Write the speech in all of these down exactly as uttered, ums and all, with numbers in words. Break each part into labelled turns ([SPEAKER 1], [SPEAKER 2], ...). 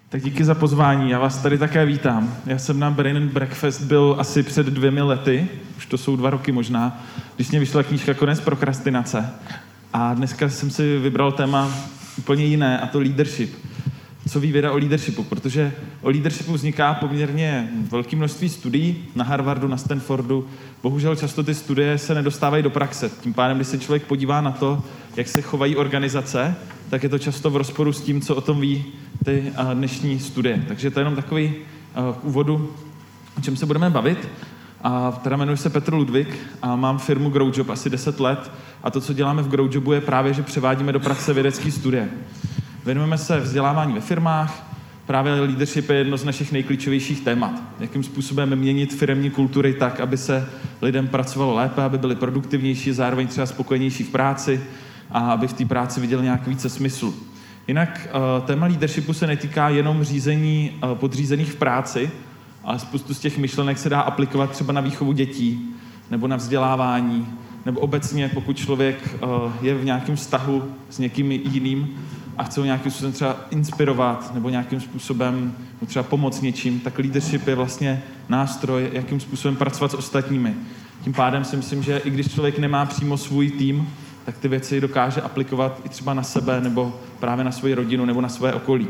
[SPEAKER 1] Tak díky za pozvání, já vás tady také vítám. Já jsem na Brain and Breakfast byl asi před dvěmi lety, už to jsou dva roky možná, když mě vyšla knížka Konec prokrastinace. A dneska jsem si vybral téma úplně jiné, a to leadership. Co ví věda o leadershipu? Protože o leadershipu vzniká poměrně velké množství studií na Harvardu, na Stanfordu. Bohužel často ty studie se nedostávají do praxe. Tím pádem, když se člověk podívá na to, jak se chovají organizace, tak je to často v rozporu s tím, co o tom ví ty dnešní studie. Takže to je jenom takový k úvodu, o čem se budeme bavit. A teda jmenuji se Petr Ludvík a mám firmu GrowJob asi deset let a to, co děláme v GrowJobu, je právě, že převádíme do praxe vědecké studie. Věnujeme se vzdělávání ve firmách, právě leadership je jedno z našich nejklíčovějších témat. Jakým způsobem měnit firemní kultury tak, aby se lidem pracovalo lépe, aby byli produktivnější, zároveň třeba spokojenější v práci a aby v té práci viděli nějak více smyslu. Jinak téma leadershipu se netýká jenom řízení podřízených v práci, ale spoustu z těch myšlenek se dá aplikovat třeba na výchovu dětí, nebo na vzdělávání, nebo obecně, pokud člověk je v nějakém vztahu s někým jiným a chce ho nějakým způsobem třeba inspirovat, nebo nějakým způsobem mu třeba pomoct něčím, tak leadership je vlastně nástroj, jakým způsobem pracovat s ostatními. Tím pádem si myslím, že i když člověk nemá přímo svůj tým, tak ty věci dokáže aplikovat i třeba na sebe, nebo právě na svoji rodinu, nebo na své okolí.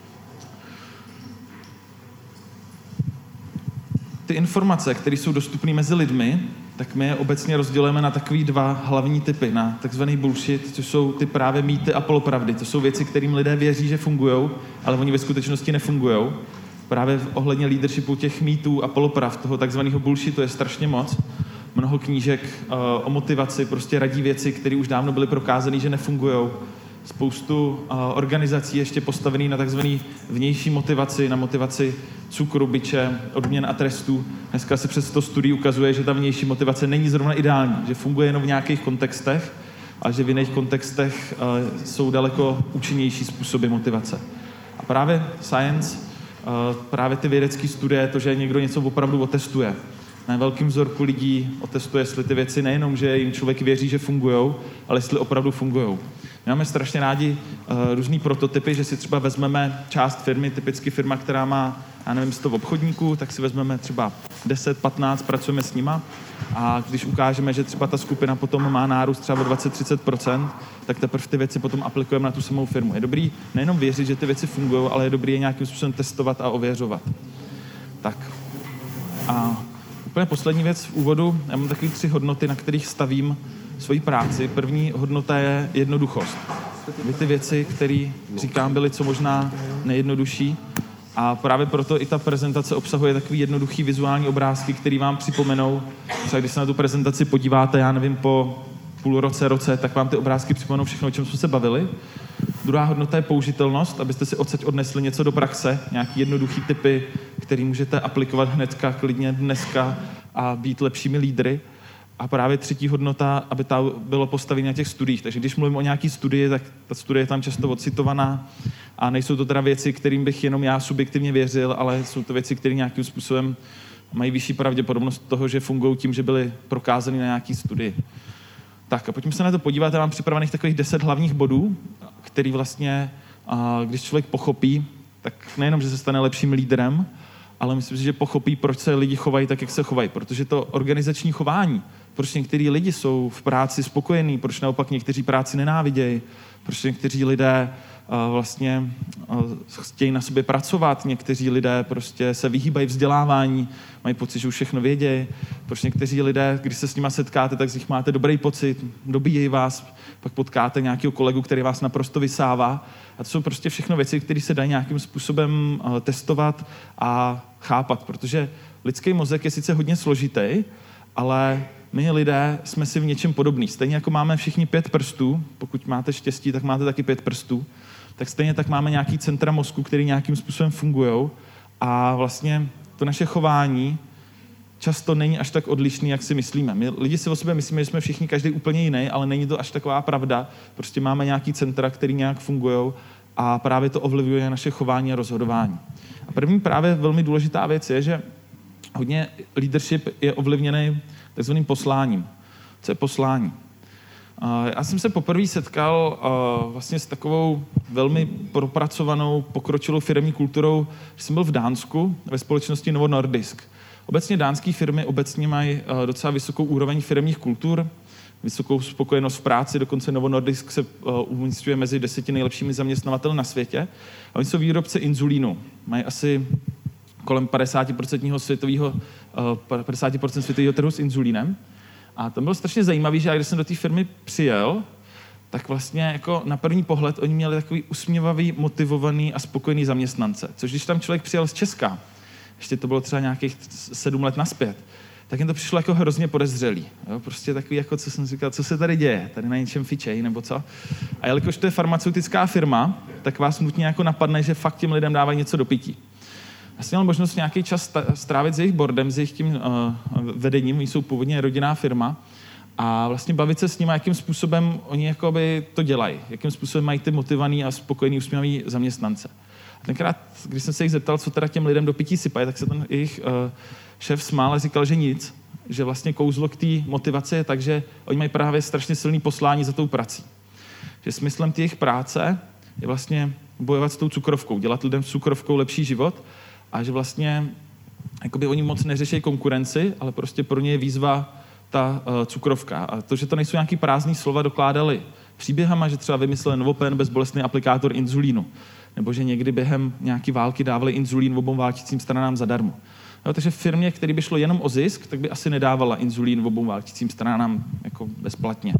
[SPEAKER 1] Ty informace, které jsou dostupné mezi lidmi, tak my je obecně rozdělujeme na takový dva hlavní typy, na takzvaný bullshit, což jsou ty právě mýty a polopravdy. To jsou věci, kterým lidé věří, že fungujou, ale oni ve skutečnosti nefungujou. Právě ohledně leadershipu těch mýtů a polopravd, toho takzvaného bullshitu je strašně moc. Mnoho knížek uh, o motivaci prostě radí věci, které už dávno byly prokázané, že nefungujou. Spoustu uh, organizací ještě postavený na takzvaný vnější motivaci, na motivaci cukru, biče, odměn a trestů. Dneska se přes to studií ukazuje, že ta vnější motivace není zrovna ideální, že funguje jenom v nějakých kontextech a že v jiných kontextech uh, jsou daleko účinnější způsoby motivace. A právě science, uh, právě ty vědecké studie, to, že někdo něco opravdu otestuje. Na velkým vzorku lidí otestuje, jestli ty věci nejenom, že jim člověk věří, že fungujou, ale jestli opravdu fungujou. My máme strašně rádi uh, různý prototypy, že si třeba vezmeme část firmy, typicky firma, která má, já nevím, sto obchodníků, tak si vezmeme třeba deset, patnáct, pracujeme s nima a když ukážeme, že třeba ta skupina potom má nárůst třeba o dvacet až třicet procent, tak teprve ty věci potom aplikujeme na tu samou firmu. Je dobrý nejenom věřit, že ty věci fungují, ale je dobrý je nějakým způsobem testovat a ověřovat. Tak. A úplně poslední věc v úvodu, já mám takové tři hodnoty, na kterých stavím svoji práci. První hodnota je jednoduchost. Vy ty věci, které říkám, byly co možná nejjednodušší a právě proto i ta prezentace obsahuje takový jednoduchý vizuální obrázky, který vám připomenou, třeba když se na tu prezentaci podíváte, já nevím, po půl roce, roce, tak vám ty obrázky připomenou všechno, o čem jsme se bavili. Druhá hodnota je použitelnost, abyste si odsaď odnesli něco do praxe, nějaký jednoduchý typy, který můžete aplikovat hnedka, klidně dneska a být lepšími lídry. A právě třetí hodnota, aby to bylo postavené na těch studiích. Takže když mluvím o nějaký studii, tak ta studie je tam často odcitovaná a nejsou to teda věci, kterým bych jenom já subjektivně věřil, ale jsou to věci, které nějakým způsobem mají vyšší pravděpodobnost toho, že fungují tím, že byly prokázány na nějaký studii. Tak a pojďme se na to podívat. Já mám připravených takových deset hlavních bodů, který vlastně, když člověk pochopí, tak nejenom, že se stane lepším lídrem, ale myslím si, že pochopí, proč se lidi chovají tak, jak se chovají. Protože to organizační chování, proč někteří lidi jsou v práci spokojení, proč naopak někteří práci nenávidějí, proč někteří lidé uh, vlastně uh, chtějí na sobě pracovat, někteří lidé prostě se vyhýbají vzdělávání, mají pocit, že už všechno vědějí, proč někteří lidé, když se s nima setkáte, tak z nich máte dobrý pocit, dobíjejí vás, pak potkáte nějakého kolegu, který vás naprosto vysává. A to jsou prostě všechno věci, které se dají nějakým způsobem uh, testovat a chápat, protože lidský mozek je sice hodně složitý, ale my lidé jsme si v něčem podobní. Stejně jako máme všichni pět prstů, pokud máte štěstí, tak máte taky pět prstů, tak stejně tak máme nějaký centra mozku, který nějakým způsobem fungují a vlastně to naše chování často není až tak odlišný, jak si myslíme. My lidi si o sobě myslíme, že jsme všichni každý úplně jiný, ale není to až taková pravda. Prostě máme nějaký centra, který nějak fungují a právě to ovlivňuje naše chování a rozhodování. A první právě velmi důležitá věc je, že hodně leadership je ovlivněný takzvaným posláním. Co je poslání? Já jsem se poprvé setkal vlastně s takovou velmi propracovanou, pokročilou firemní kulturou, když jsem byl v Dánsku ve společnosti Novo Nordisk. Obecně dánské firmy obecně mají docela vysokou úroveň firemních kultur, vysokou spokojenost v práci, dokonce Novo Nordisk se umísťuje mezi deseti nejlepšími zaměstnavateli na světě. A oni jsou výrobci inzulínu. Mají asi kolem padesát procent světového, padesát procent světového trhu s inzulínem. A to bylo strašně zajímavé, že já, když jsem do té firmy přijel, tak vlastně jako na první pohled oni měli takový usměvavý, motivovaný a spokojený zaměstnance. Což když tam člověk přijel z Česka, ještě to bylo třeba nějakých sedm let naspět, tak jim to přišlo jako hrozně podezřelý. Jo? Prostě takový, jako, co jsem říkal, co se tady děje, tady na něčem fičej, nebo co. A jelikož to je farmaceutická firma, tak vás nutně jako napadne, že fakt těm lidem dávají něco do pití. Já jsem měl možnost nějaký čas strávit s jejich boardem, s jejich tím uh, vedením, oni jsou původně rodinná firma, a vlastně bavit se s nimi, jakým způsobem oni jakoby to dělají, jakým způsobem mají ty motivovaný a spokojený, usměvavý zaměstnance. A tenkrát, když jsem se jich zeptal, co teda těm lidem do pití sypají, tak se ten jejich uh, šéf smál a říkal, že nic, že vlastně kouzlo k té motivaci je tak, že oni mají právě strašně silný poslání za tou prací. Že smyslem té jejich práce je vlastně bojovat s tou cukrovkou, dělat lidem s cukrovkou lepší život, a že vlastně jakoby oni moc neřeší konkurenci, ale prostě pro ně je výzva ta uh, cukrovka. A to, že to nejsou nějaký prázdný slova, dokládali příběhama, že třeba vymysleli Novopen, bezbolestný aplikátor inzulínu, nebo že někdy během nějaké války dávali inzulín obou válčícím stranám zadarmo. Jo, takže firmě, který by šlo jenom o zisk, tak by asi nedávala inzulín obou válčícím stranám jako bezplatně.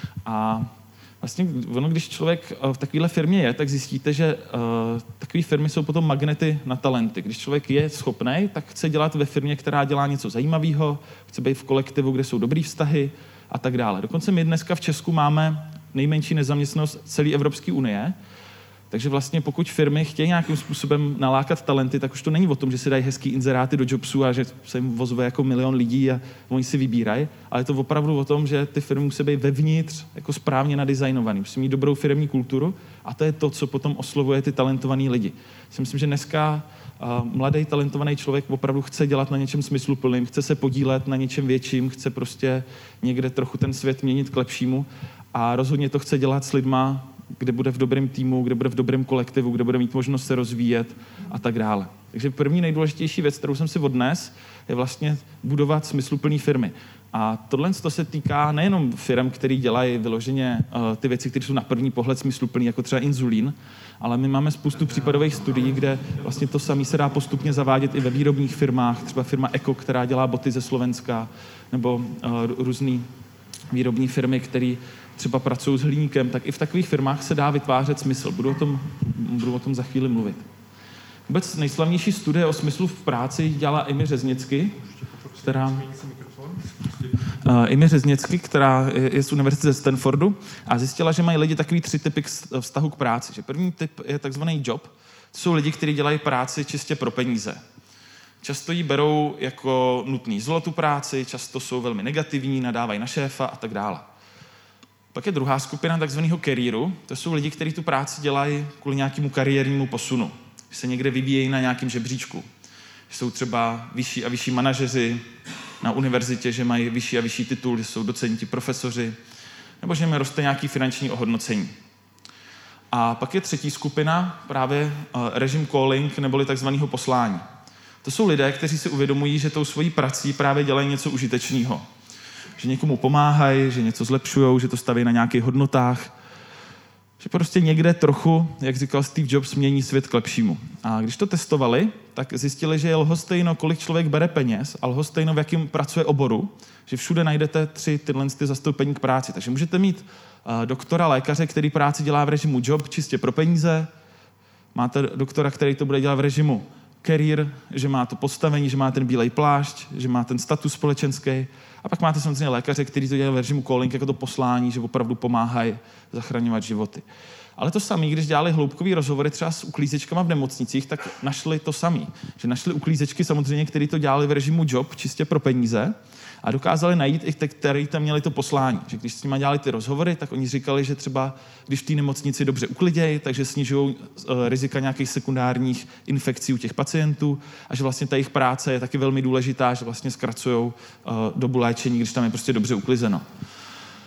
[SPEAKER 1] A vlastně ono, když člověk v takovéhle firmě je, tak zjistíte, že uh, takové firmy jsou potom magnety na talenty. Když člověk je schopný, tak chce dělat ve firmě, která dělá něco zajímavého, chce být v kolektivu, kde jsou dobrý vztahy a tak dále. Dokonce my dneska v Česku máme nejmenší nezaměstnanost celé Evropské unie, takže vlastně pokud firmy chtějí nějakým způsobem nalákat talenty, tak už to není o tom, že si dají hezký inzeráty do jobsu a že se jim vozuje jako milion lidí a oni si vybírají, ale je to opravdu o tom, že ty firmy musí být vevnitř jako správně nadizajnovaný, musí mít dobrou firemní kulturu a to je to, co potom oslovuje ty talentovaný lidi. Si myslím, že dneska uh, mladý talentovaný člověk opravdu chce dělat na něčem smysluplným, chce se podílet na něčem větším, chce prostě někde trochu ten svět měnit k lepšímu a rozhodně to chce dělat s lidma, kde bude v dobrém týmu, kde bude v dobrém kolektivu, kde bude mít možnost se rozvíjet a tak dále. Takže první nejdůležitější věc, kterou jsem si odnes, je vlastně budovat smysluplný firmy. A tohle to se týká nejenom firm, které dělají vyloženě uh, ty věci, které jsou na první pohled smysluplný, jako třeba inzulín, ale my máme spoustu případových studií, kde vlastně to samé se dá postupně zavádět i ve výrobních firmách, třeba firma Eko, která dělá boty ze Slovenska, nebo uh, různý výrobní firmy, které třeba pracují s hliníkem, tak i v takových firmách se dá vytvářet smysl. Budu o tom, budu o tom za chvíli mluvit. Vůbec nejslavnější studie o smyslu v práci dělala Amy Řeznicky, která, uh, Amy Řeznicky, která je, je z univerzity ze Stanfordu a zjistila, že mají lidi takový tři typy vztahu k práci. Že první typ je takzvaný job. To jsou lidi, kteří dělají práci čistě pro peníze. Často ji berou jako nutný zlo tu práci, často jsou velmi negativní, nadávají na šéfa a tak dále. Pak je druhá skupina takzvaného careeru. To jsou lidi, kteří tu práci dělají kvůli nějakému kariérnímu posunu. Že se někde vyvíjejí na nějakém žebříčku. Že jsou třeba vyšší a vyšší manažeři na univerzitě, že mají vyšší a vyšší titul, že jsou docenti, profesoři, nebo že jim roste nějaké finanční ohodnocení. A pak je třetí skupina, právě režim calling, neboli takzvaného poslání. To jsou lidé, kteří si uvědomují, že tou svojí prací právě dělají něco užitečného. Že někomu pomáhají, že něco zlepšují, že to staví na nějakých hodnotách. Že prostě někde trochu, jak říkal Steve Jobs, mění svět k lepšímu. A když to testovali, tak zjistili, že je lhostejno, kolik člověk bere peněz, a lhostejno, v jakém pracuje oboru, že všude najdete tři tyhle ty zastoupení k práci. Takže můžete mít uh, doktora, lékaře, který práci dělá v režimu job, čistě pro peníze. Máte doktora, který to bude dělat v režimu career, že má to postavení, že má ten bílej plášť, že má ten status společenský. A pak máte samozřejmě lékaře, kteří to dělají v režimu calling, jako to poslání, že opravdu pomáhají zachraňovat životy. Ale to samé, když dělali hloubkový rozhovory třeba s uklízečkama v nemocnicích, tak našli to samé. Že našli uklízečky samozřejmě, kteří to dělali v režimu job, čistě pro peníze, a dokázali najít i ty, kteří tam měli to poslání. Že když s nimi dělali ty rozhovory, tak oni říkali, že třeba když v té nemocnici dobře uklidějí, takže snižují uh, rizika nějakých sekundárních infekcí u těch pacientů a že vlastně ta jejich práce je taky velmi důležitá, že vlastně zkracují uh, dobu léčení, když tam je prostě dobře uklizeno.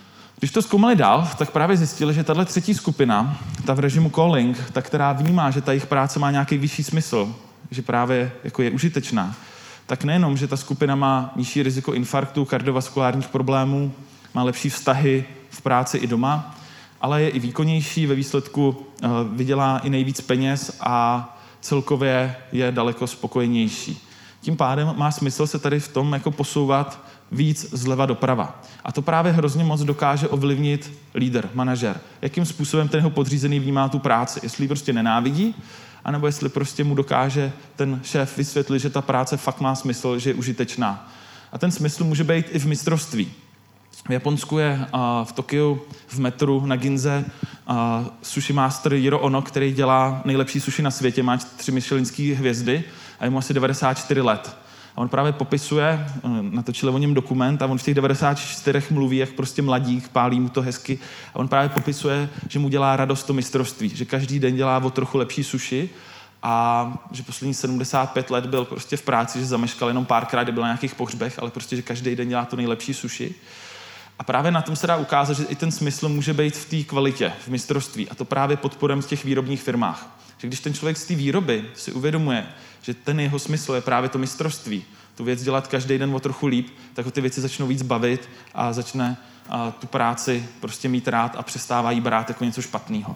[SPEAKER 1] Když to zkoumali dál, tak právě zjistili, že tahle třetí skupina, ta v režimu calling, ta, která vnímá, že ta jejich práce má nějaký vyšší smysl, že právě jako je užitečná, tak nejenom, že ta skupina má nižší riziko infarktu, kardiovaskulárních problémů, má lepší vztahy v práci i doma, ale je i výkonnější, ve výsledku vydělá i nejvíc peněz a celkově je daleko spokojenější. Tím pádem má smysl se tady v tom jako posouvat víc zleva doprava. A to právě hrozně moc dokáže ovlivnit lídr, manažer. Jakým způsobem ten jeho podřízený vnímá tu práci. Jestli ji prostě nenávidí, anebo jestli prostě mu dokáže ten šéf vysvětlit, že ta práce fakt má smysl, že je užitečná. A ten smysl může být i v mistrovství. V Japonsku je uh, v Tokiu, v metru na Ginze uh, sushi master Jiro Ono, který dělá nejlepší sushi na světě, má tři michelinské hvězdy a je mu asi devadesát čtyři let. A on právě popisuje, natočili o něm dokument a on v těch devadesáti čtyřech mluví jak prostě mladík, pálí mu to hezky. A on právě popisuje, že mu dělá radost to mistrovství, že každý den dělá o trochu lepší sushi a že poslední sedmdesát pět let byl prostě v práci, že zameškal jenom párkrát, kdy byl na nějakých pohřbech, ale prostě, že každý den dělá to nejlepší sushi. A právě na tom se dá ukázat, že i ten smysl může být v té kvalitě, v mistrovství. A to právě podporem v těch výrobních firmách. Že když ten člověk z té výroby si uvědomuje, že ten jeho smysl je právě to mistrovství, tu věc dělat každý den o trochu líp, tak ho ty věci začnou víc bavit a začne a, tu práci prostě mít rád a přestává jí brát jako něco špatného.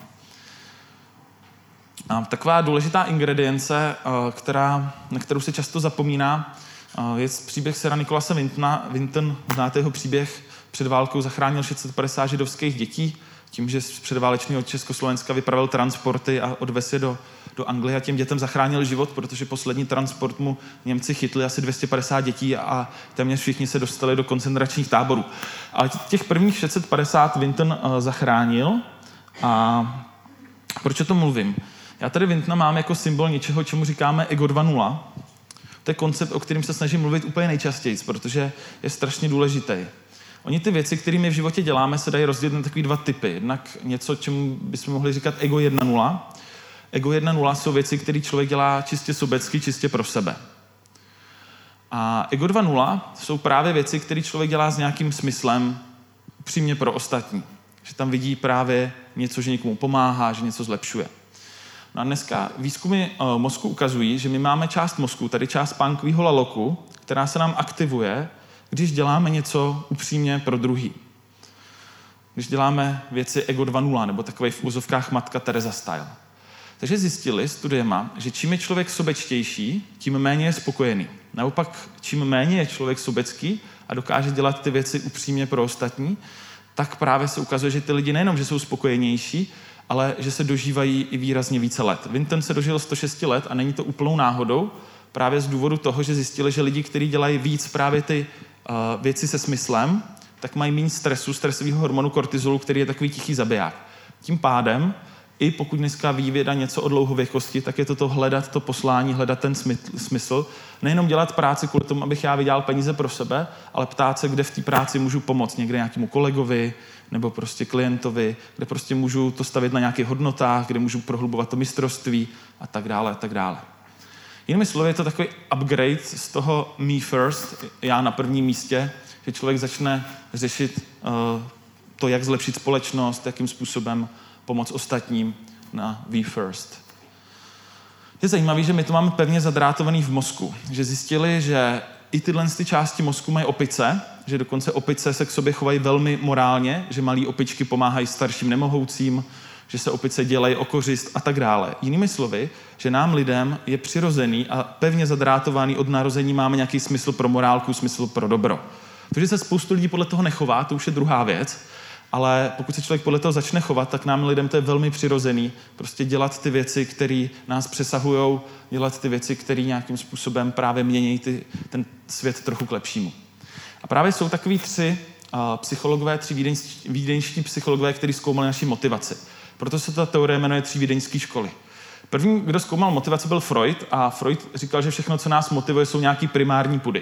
[SPEAKER 1] A taková důležitá ingredience, a, která, na kterou se často zapomíná, a, je příběh Sira Nicholase Wintona. Winton, znáte jeho příběh, před válkou zachránil šest set padesát židovských dětí, tím, že z předválečného Československa vypravil transporty a odvez je do, do Anglie a těm dětem zachránil život, protože poslední transport mu Němci chytli asi dvě stě padesát dětí a téměř všichni se dostali do koncentračních táborů. Ale těch prvních šest set padesát Winton uh, zachránil a proč o tom mluvím? Já tady Wintona mám jako symbol něčeho, čemu říkáme ego dva nula. To je koncept, o kterém se snažím mluvit úplně nejčastěji, protože je strašně důležitý. Oni ty věci, které my v životě děláme, se dají rozdělit na takový dva typy. Jednak něco, čemu bychom mohli říkat ego jedna nula. Ego jedna nula jsou věci, které člověk dělá čistě sobecky, čistě pro sebe. A ego dva nula jsou právě věci, které člověk dělá s nějakým smyslem upřímně pro ostatní. Že tam vidí právě něco, že někomu pomáhá, že něco zlepšuje. No a dneska výzkumy uh, mozku ukazují, že my máme část mozku, tady část pánkového laloku, která se nám aktivuje, když děláme něco upřímně pro druhý. Když děláme věci ego dva nula, nebo takovej v úzovkách matka Teresa style. Takže zjistili studiema, že čím je člověk sobečtější, tím méně je spokojený. Naopak, čím méně je člověk sobecký a dokáže dělat ty věci upřímně pro ostatní, tak právě se ukazuje, že ty lidi nejenom, že jsou spokojenější, ale že se dožívají i výrazně více let. Winton se dožil sto šest let a není to úplnou náhodou, právě z důvodu toho, že zjistili, že lidi, kteří dělají víc právě ty uh, věci se smyslem, tak mají méně stresu, stresového hormonu kortizolu, který je takový tichý zabiják. Tím pádem, i pokud dneska ví věda něco o dlouhověkosti, tak je to to hledat to poslání, hledat ten smysl. Nejenom dělat práci kvůli tomu, abych já vydělal peníze pro sebe, ale ptát se, kde v té práci můžu pomoct. Někde nějakému kolegovi nebo prostě klientovi, kde prostě můžu to stavit na nějakých hodnotách, kde můžu prohlubovat to mistrovství a tak dále a tak dále. Jinými slovy je to takový upgrade z toho me first, já na prvním místě, že člověk začne řešit uh, to, jak zlepšit společnost, jakým způsobem pomoct ostatním na we first. Je zajímavé, že my to máme pevně zadrátovaný v mozku, že zjistili, že i tyhle ty části mozku mají opice, že dokonce opice se k sobě chovají velmi morálně, že malí opičky pomáhají starším nemohoucím, že se opice dělají o kořist a tak dále. Jinými slovy, že nám lidem je přirozený a pevně zadrátovaný od narození máme nějaký smysl pro morálku, smysl pro dobro. To, že se spoustu lidí podle toho nechová, to už je druhá věc, ale pokud se člověk podle toho začne chovat, tak nám lidem to je velmi přirozený. Prostě dělat ty věci, které nás přesahujou, dělat ty věci, které nějakým způsobem právě mění ty, ten svět trochu k lepšímu. A právě jsou takový tři uh, psychologové, tři vídeňští, vídeňští psychologové, kteří zkoumali naši motivaci. Proto se ta teorie jmenuje tři vídeňské školy. První, kdo zkoumal motivaci, byl Freud a Freud říkal, že všechno, co nás motivuje, jsou nějaký primární pudy.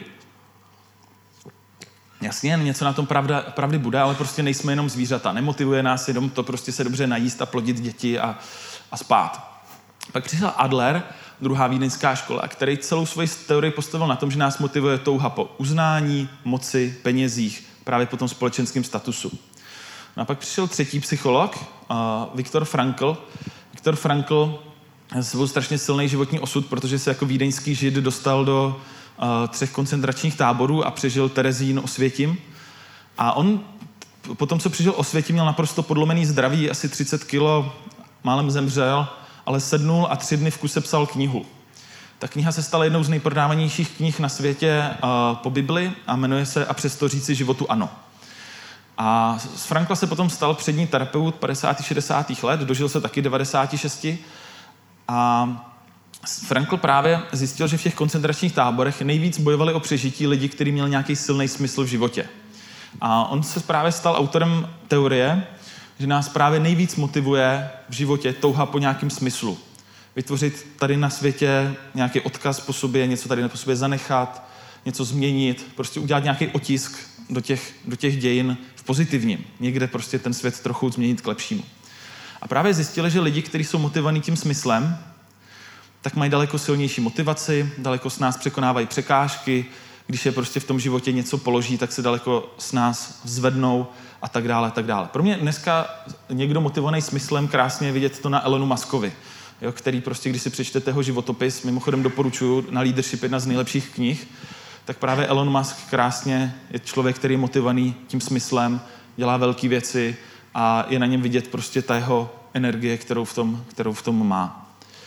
[SPEAKER 1] Jasně, něco na tom pravda, pravdy bude, ale prostě nejsme jenom zvířata. Nemotivuje nás jenom to prostě se dobře najíst a plodit děti a, a spát. Pak přišel Adler, druhá vídeňská škola, který celou svoji teorii postavil na tom, že nás motivuje touha po uznání, moci, penězích, právě po tom společenském statusu. No a pak přišel třetí psycholog, uh, Viktor Frankl. Viktor Frankl byl strašně silný životní osud, protože se jako vídeňský žid dostal do uh, třech koncentračních táborů a přežil Terezín, Osvětim. A on po tom, co přežil Osvětim, měl naprosto podlomený zdraví, asi třicet kilo, málem zemřel, ale sednul a tři dny v kuse psal knihu. Ta kniha se stala jednou z nejprodávanějších knih na světě uh, po Bibli a jmenuje se A přesto říci životu ano. A z Frankla se potom stal přední terapeut padesátých šedesátých let, dožil se taky devadesát šest. A Frankl právě zjistil, že v těch koncentračních táborech nejvíc bojovali o přežití lidi, kteří měli nějaký silný smysl v životě. A on se právě stal autorem teorie, že nás právě nejvíc motivuje v životě touha po nějakém smyslu. Vytvořit tady na světě nějaký odkaz po sobě, něco tady po sobě zanechat, něco změnit, prostě udělat nějaký otisk do těch, do těch dějin v pozitivním. Někde prostě ten svět trochu změnit k lepšímu. A právě zjistili, že lidi, kteří jsou motivovaní tím smyslem, tak mají daleko silnější motivaci, daleko s nás překonávají překážky, když je prostě v tom životě něco položí, tak se daleko s nás zvednou a tak dále, a tak dále. Pro mě dneska někdo motivovaný smyslem krásně je vidět to na Elonu Muskovi, jo, který prostě, když si přečtete jeho životopis, mimochodem doporučuji na Leadership, jedna z nejlepších knih, tak právě Elon Musk krásně je člověk, který je motivovaný tím smyslem, dělá velké věci a je na něm vidět prostě ta jeho energie, kterou v tom, kterou v tom má.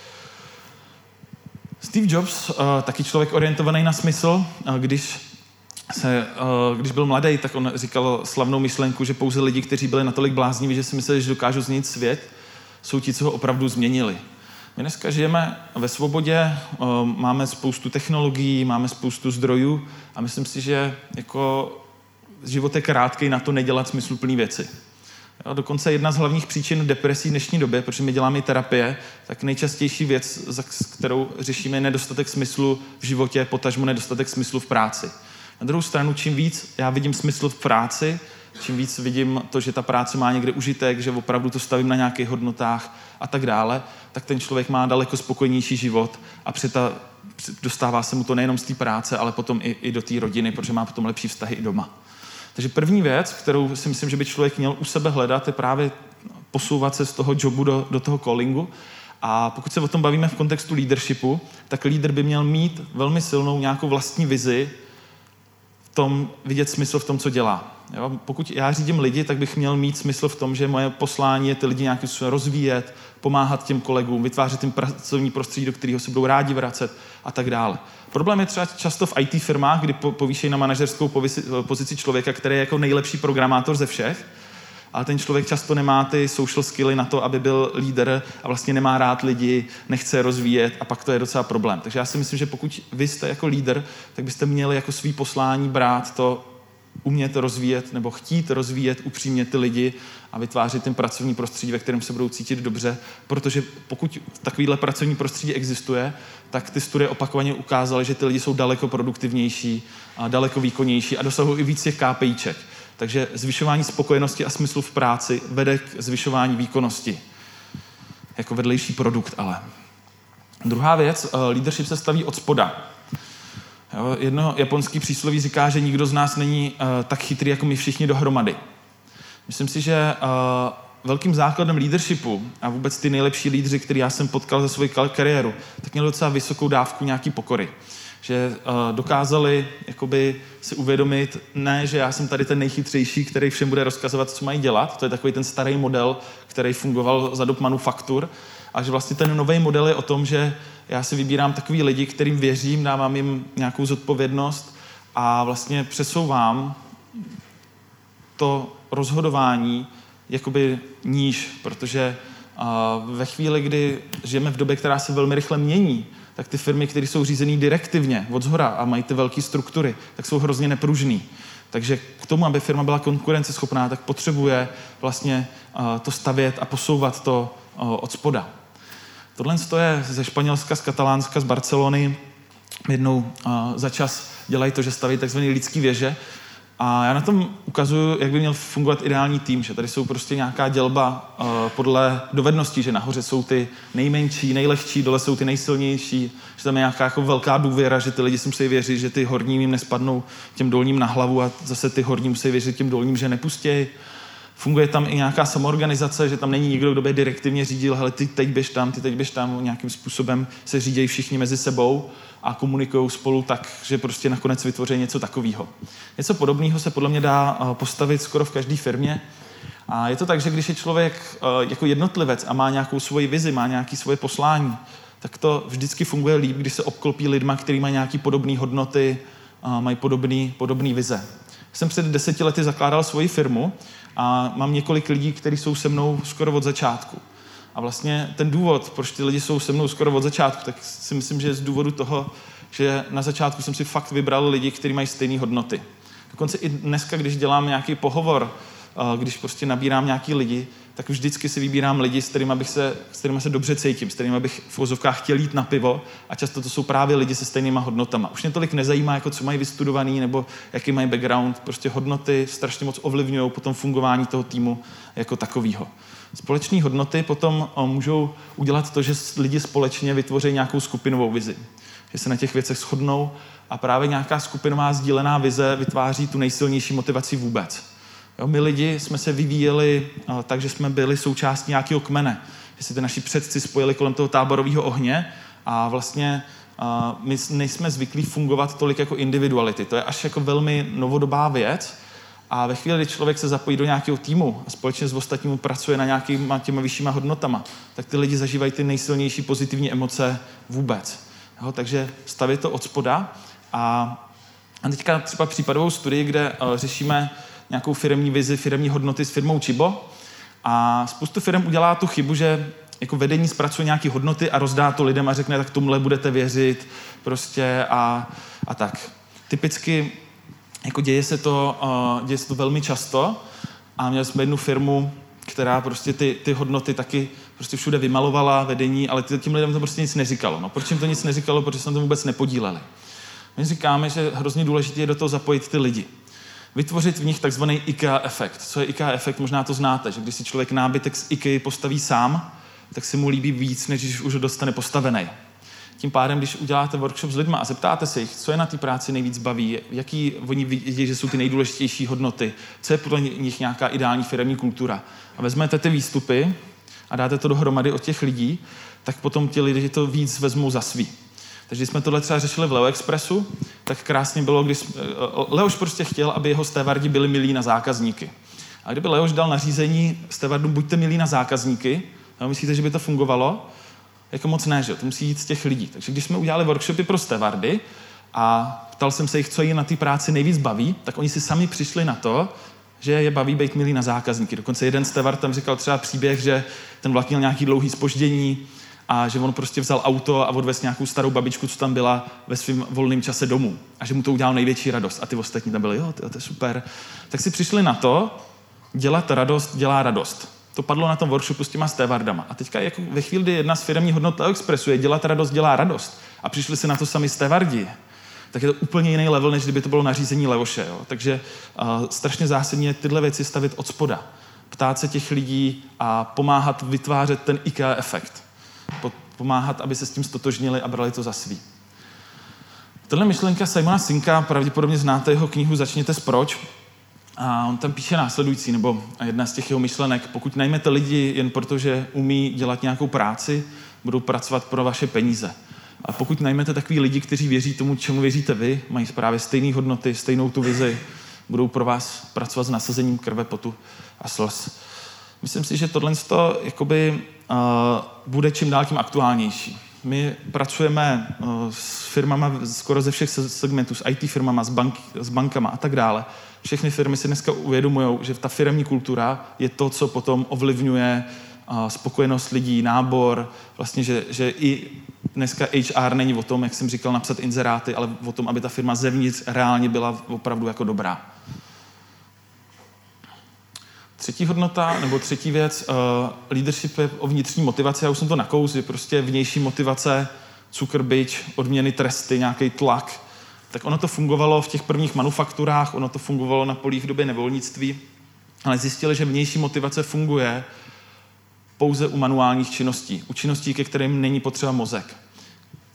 [SPEAKER 1] Steve Jobs, uh, taky člověk orientovaný na smysl, uh, když, se, uh, když byl mladý, tak on říkal slavnou myšlenku, že pouze lidi, kteří byli natolik blázniví, že si mysleli, že dokážou změnit svět, jsou ti, co ho opravdu změnili. My dneska žijeme ve svobodě, uh, máme spoustu technologií, máme spoustu zdrojů a myslím si, že jako život je krátký na to nedělat smysluplný věci. Jo, dokonce jedna z hlavních příčin depresí v dnešní době, protože my děláme terapie, tak nejčastější věc, za kterou řešíme, je nedostatek smyslu v životě, potažmo nedostatek smyslu v práci. Na druhou stranu, čím víc já vidím smysl v práci, čím víc vidím to, že ta práce má někde užitek, že opravdu to stavím na nějakých hodnotách a tak dále, tak ten člověk má daleko spokojnější život a přeta, dostává se mu to nejenom z té práce, ale potom i, i do té rodiny, protože má potom lepší vztahy i doma. Takže první věc, kterou si myslím, že by člověk měl u sebe hledat, je právě posouvat se z toho jobu do, do toho callingu. A pokud se o tom bavíme v kontextu leadershipu, tak lídr by měl mít velmi silnou nějakou vlastní vizi v tom, vidět smysl v tom, co dělá. Jo? Pokud já řídím lidi, tak bych měl mít smysl v tom, že moje poslání je ty lidi nějakým způsobem rozvíjet, pomáhat těm kolegům, vytvářet tím pracovní prostředí, do kterého se budou rádi vracet a tak dále. Problém je třeba často v í té firmách, kdy povýšejí na manažerskou pozici člověka, který je jako nejlepší programátor ze všech, ale ten člověk často nemá ty social skilly na to, aby byl lídr a vlastně nemá rád lidi, nechce rozvíjet a pak to je docela problém. Takže já si myslím, že pokud vy jste jako lídr, tak byste měli jako svý poslání brát to, umět rozvíjet nebo chtít rozvíjet upřímně ty lidi a vytvářet ten pracovní prostředí, ve kterém se budou cítit dobře, protože pokud takovýhle pracovní prostředí existuje, tak ty studie opakovaně ukázaly, že ty lidi jsou daleko produktivnější a daleko výkonnější a dosahují i víc těch KPIček. Takže zvyšování spokojenosti a smyslu v práci vede k zvyšování výkonnosti. Jako vedlejší produkt, ale. Druhá věc, leadership se staví od spoda. Jo, jedno japonský přísloví říká, že nikdo z nás není uh, tak chytrý, jako my všichni dohromady. Myslím si, že uh, velkým základem leadershipu a vůbec ty nejlepší lídři, který já jsem potkal za svou kariéru, tak měli docela vysokou dávku nějaký pokory. Že uh, dokázali jakoby si uvědomit, ne, že já jsem tady ten nejchytřejší, který všem bude rozkazovat, co mají dělat. To je takový ten starý model, který fungoval za dob manufaktur. A že vlastně ten nový model je o tom, že já si vybírám takový lidi, kterým věřím, dávám jim nějakou zodpovědnost a vlastně přesouvám to rozhodování jakoby níž, protože uh, ve chvíli, kdy žijeme v době, která se velmi rychle mění, tak ty firmy, které jsou řízené direktivně od zhora a mají ty velké struktury, tak jsou hrozně nepružný. Takže k tomu, aby firma byla konkurenceschopná, tak potřebuje vlastně uh, to stavět a posouvat to uh, od spoda. Tohle je ze Španělska, z Katalánska, z Barcelony. Jednou uh, za čas dělají to, že staví takzvané lidský věže. A já na tom ukazuju, jak by měl fungovat ideální tým, že tady jsou prostě nějaká dělba uh, podle dovedností, že nahoře jsou ty nejmenší, nejlehčí, dole jsou ty nejsilnější, že tam je nějaká jako velká důvěra, že ty lidi si musí věřit, že ty horní jim nespadnou těm dolním na hlavu a zase ty horní musí věřit těm dolním, že nepustějí. Funguje tam i nějaká samoorganizace, že tam není nikdo, kdo by direktivně řídil, hele, ty teď běž tam, ty teď běž tam, nějakým způsobem se řídí všichni mezi sebou a komunikují spolu tak, že prostě nakonec vytvoří něco takového. Něco podobného se podle mě dá postavit skoro v každé firmě. A je to tak, že když je člověk jako jednotlivec a má nějakou svoji vizi, má nějaké svoje poslání, tak to vždycky funguje líp, když se obklopí lidma, kteří mají nějaké podobné hodnoty, mají podobné podobné vize. Jsem před deseti lety zakládal svoji firmu a mám několik lidí, kteří jsou se mnou skoro od začátku. A vlastně ten důvod, proč ty lidi jsou se mnou skoro od začátku, tak si myslím, že je z důvodu toho, že na začátku jsem si fakt vybral lidi, kteří mají stejné hodnoty. Dokonce i dneska, když dělám nějaký pohovor, když prostě nabírám nějaký lidi, tak vždycky si vybírám lidi, s kterými, bych se, s kterými se dobře cítím, s kterými bych v uvozovkách chtěl jít na pivo a často to jsou právě lidi se stejnýma hodnotama. Už mě tolik nezajímá, jako co mají vystudovaný nebo jaký mají background, prostě hodnoty strašně moc ovlivňují potom fungování toho týmu jako takového. Společné hodnoty potom můžou udělat to, že lidi společně vytvoří nějakou skupinovou vizi, že se na těch věcech shodnou a právě nějaká skupinová sdílená vize vytváří tu nejsilnější motivaci vůbec. Jo, my lidi jsme se vyvíjeli tak, že jsme byli součástí nějakého kmene. Že si ty naši předci spojili kolem toho táborového ohně a vlastně my nejsme zvyklí fungovat tolik jako individuality. To je až jako velmi novodobá věc a ve chvíli, kdy člověk se zapojí do nějakého týmu a společně s ostatními pracuje na nějakýma těma vyššíma hodnotama, tak ty lidi zažívají ty nejsilnější pozitivní emoce vůbec. Jo, takže staví to od spoda a, a teďka třeba případovou studii, kde uh, řešíme nějakou firemní vizi, firemní hodnoty s firmou Chibo. A spoustu firm udělá tu chybu, že jako vedení zpracuje nějaké hodnoty a rozdá to lidem a řekne, tak tomhle budete věřit prostě a, a tak. Typicky jako děje se to, uh, děje se to velmi často a měli jsme jednu firmu, která prostě ty, ty hodnoty taky prostě všude vymalovala vedení, ale tím lidem to prostě nic neříkalo. No, proč jim to nic neříkalo? Protože se na to vůbec nepodíleli. My říkáme, že hrozně důležité je do toho zapojit ty lidi. Vytvořit v nich takzvaný IKEA efekt. Co je IKEA efekt? Možná to znáte, že když si člověk nábytek z IKEA postaví sám, tak se mu líbí víc, než když už ho dostane postavený. Tím pádem, když uděláte workshop s lidma a zeptáte se jich, co je na té práci nejvíc baví, jaký oni vidí, že jsou ty nejdůležitější hodnoty, co je podle nich nějaká ideální firemní kultura. A vezmete ty výstupy a dáte to dohromady od těch lidí, tak potom ti lidi to víc vezmou za svý. Takže když jsme tohle třeba řešili v Leo Expressu, tak krásně bylo, když Leoš prostě chtěl, aby jeho stévardi byli milí na zákazníky. A kdyby Leoš dal nařízení stévardům, buďte milí na zákazníky, no, myslíte, že by to fungovalo? Jako moc ne, že? To musí jít z těch lidí. Takže když jsme udělali workshopy pro stévardy a ptal jsem se jich, co je na té práci nejvíc baví, tak oni si sami přišli na to, že je baví být milí na zákazníky. Dokonce jeden stévard tam říkal třeba příběh, že ten vlak měl nějaký dlouhý zpoždění, a že on prostě vzal auto a odvez nějakou starou babičku, co tam byla ve svém volném čase domů. A že mu to udělal největší radost. A ty ostatní tam byli, jo, to, to je super. Tak si přišli na to, dělat radost dělá radost. To padlo na tom workshopu s těma stévardama. A teďka jako ve chvíli, kdy jedna z firemních hodnot Leo Expressu je dělat radost dělá radost a přišli si na to sami stévardi, tak je to úplně jiný level, než kdyby to bylo nařízení Leoše. Jo. Takže uh, strašně zásadně je tyhle věci stavit od spoda. Ptát se těch lidí a pomáhat vytvářet ten IKEA efekt. Pomáhat, aby se s tím stotožnili a brali to za svý. Tohle myšlenka Simona Sinka, pravděpodobně znáte jeho knihu Začněte s proč. A on tam píše následující, nebo jedna z těch jeho myšlenek. Pokud najmete lidi jen proto, že umí dělat nějakou práci, budou pracovat pro vaše peníze. A pokud najmete takový lidi, kteří věří tomu, čemu věříte vy, mají právě stejné hodnoty, stejnou tu vizi, budou pro vás pracovat s nasazením krve, potu a slz. Myslím si, že tohle jakoby, uh, bude čím dál tím aktuálnější. My pracujeme uh, s firmama skoro ze všech segmentů, s í té firmama, s, bank, s bankama a tak dále. Všechny firmy si dneska uvědomují, že ta firemní kultura je to, co potom ovlivňuje uh, spokojenost lidí, nábor, vlastně, že, že i dneska há er není o tom, jak jsem říkal, napsat inzeráty, ale o tom, aby ta firma zevnitř reálně byla opravdu jako dobrá. Třetí hodnota, nebo třetí věc, uh, leadership je o vnitřní motivaci, já už jsem to nakous, je prostě vnější motivace, cukr, bič, odměny, tresty, nějaký tlak. Tak ono to fungovalo v těch prvních manufakturách, ono to fungovalo na polích v době nevolnictví, ale zjistili, že vnější motivace funguje pouze u manuálních činností, u činností, ke kterým není potřeba mozek.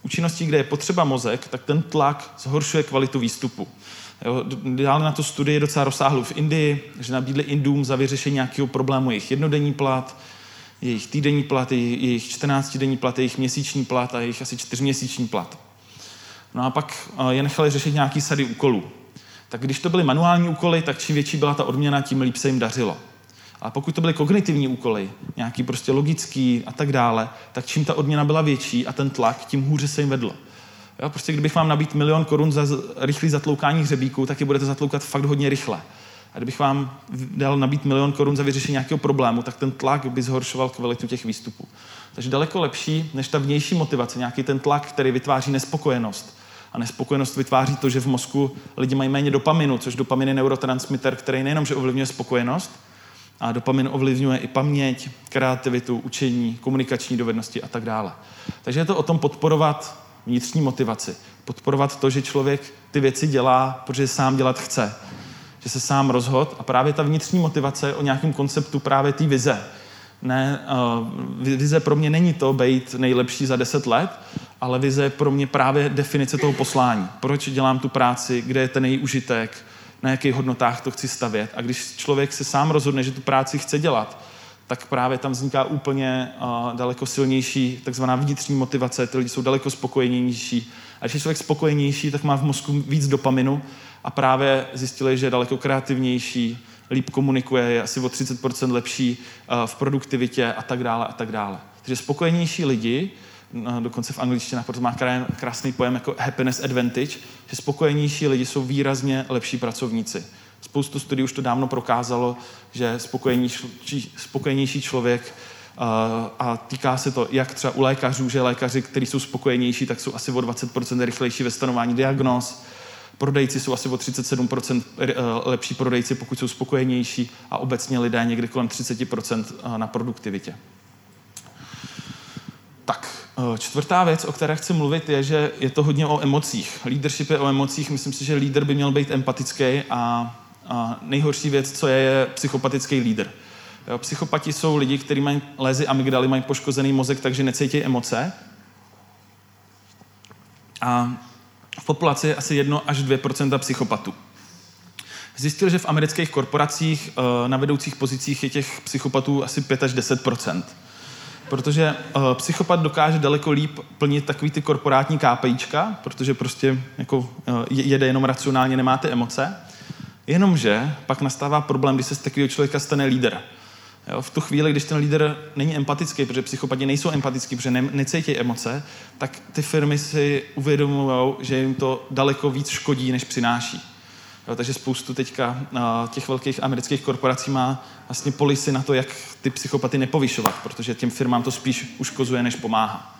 [SPEAKER 1] U činností, kde je potřeba mozek, tak ten tlak zhoršuje kvalitu výstupu. Jo, dělali na to studii docela rozsáhlou v Indii, že nabídli Indům za vyřešení nějakého problému jejich jednodenní plat, jejich týdenní plat, jejich čtrnáctidenní plat, jejich měsíční plat a jejich asi čtyřměsíční plat. No a pak je nechali řešit nějaký sady úkolů. Tak když to byly manuální úkoly, tak čím větší byla ta odměna, tím líp se jim dařilo. A pokud to byly kognitivní úkoly, nějaký prostě logický a tak dále, tak čím ta odměna byla větší a ten tlak, tím hůře se jim vedlo. Jo, prostě kdybych vám nabít milion korun za rychlý zatloukání hřebíku, tak je budete zatloukat fakt hodně rychle. A kdybych vám dal nabít milion korun za vyřešení nějakého problému, tak ten tlak by zhoršoval kvalitu těch výstupů. Takže daleko lepší, než ta vnější motivace, nějaký ten tlak, který vytváří nespokojenost. A nespokojenost vytváří to, že v mozku lidi mají méně dopaminu, což dopamin je neurotransmitter, který nejenom, že ovlivňuje spokojenost, a dopamin ovlivňuje i paměť, kreativitu, učení, komunikační dovednosti a tak dále. Takže je to o tom podporovat vnitřní motivaci. Podporovat to, že člověk ty věci dělá, protože sám dělat chce. Že se sám rozhodl a právě ta vnitřní motivace je o nějakém konceptu právě té vize. Ne, uh, vize pro mě není to být nejlepší za deset let, ale vize je pro mě právě definice toho poslání. Proč dělám tu práci, kde je ten její užitek, na jakých hodnotách to chci stavět. A když člověk se sám rozhodne, že tu práci chce dělat, tak právě tam vzniká úplně uh, daleko silnější takzvaná vnitřní motivace, ty lidi jsou daleko spokojenější. A když je člověk spokojenější, tak má v mozku víc dopaminu a právě zjistili, že je daleko kreativnější, líp komunikuje, je asi o třicet procent lepší uh, v produktivitě a tak dále a tak dále. Takže spokojenější lidi, uh, dokonce v angličtině, proto má krásný pojem jako happiness advantage, že spokojenější lidi jsou výrazně lepší pracovníci. Spoustu studií už to dávno prokázalo, že spokojenější, spokojenější člověk, uh, a týká se to jak třeba u lékařů, že lékaři, kteří jsou spokojenější, tak jsou asi o dvacet procent rychlejší ve stanování diagnóz. Prodejci jsou asi o třicet sedm procent lepší prodejci, pokud jsou spokojenější a obecně lidé někdy kolem třicet procent na produktivitě. Tak, čtvrtá věc, o které chci mluvit, je, že je to hodně o emocích. Leadership je o emocích. Myslím si, že lídr by měl být empatický a, a nejhorší věc, co je, je psychopatický lídr. Jo, psychopati jsou lidi, kteří mají lézy amygdaly, mají poškozený mozek, takže necítí emoce. A v populaci je asi jedna až dvě procenta psychopatů. Zjistil, že v amerických korporacích na vedoucích pozicích je těch psychopatů asi pět až deset procent. Protože psychopat dokáže daleko líp plnit takový ty korporátní kápejčka, protože prostě jako jede jenom racionálně, nemáte emoce. Jenomže pak nastává problém, když se z takového člověka stane lídr. Jo, v tu chvíli, když ten lídr není empatický, protože psychopati nejsou empatický, protože ne, necítí emoce, tak ty firmy si uvědomují, že jim to daleko víc škodí, než přináší. Jo, takže spoustu teďka uh, těch velkých amerických korporací má vlastně policy na to, jak ty psychopaty nepovyšovat, protože těm firmám to spíš uškozuje, než pomáhá.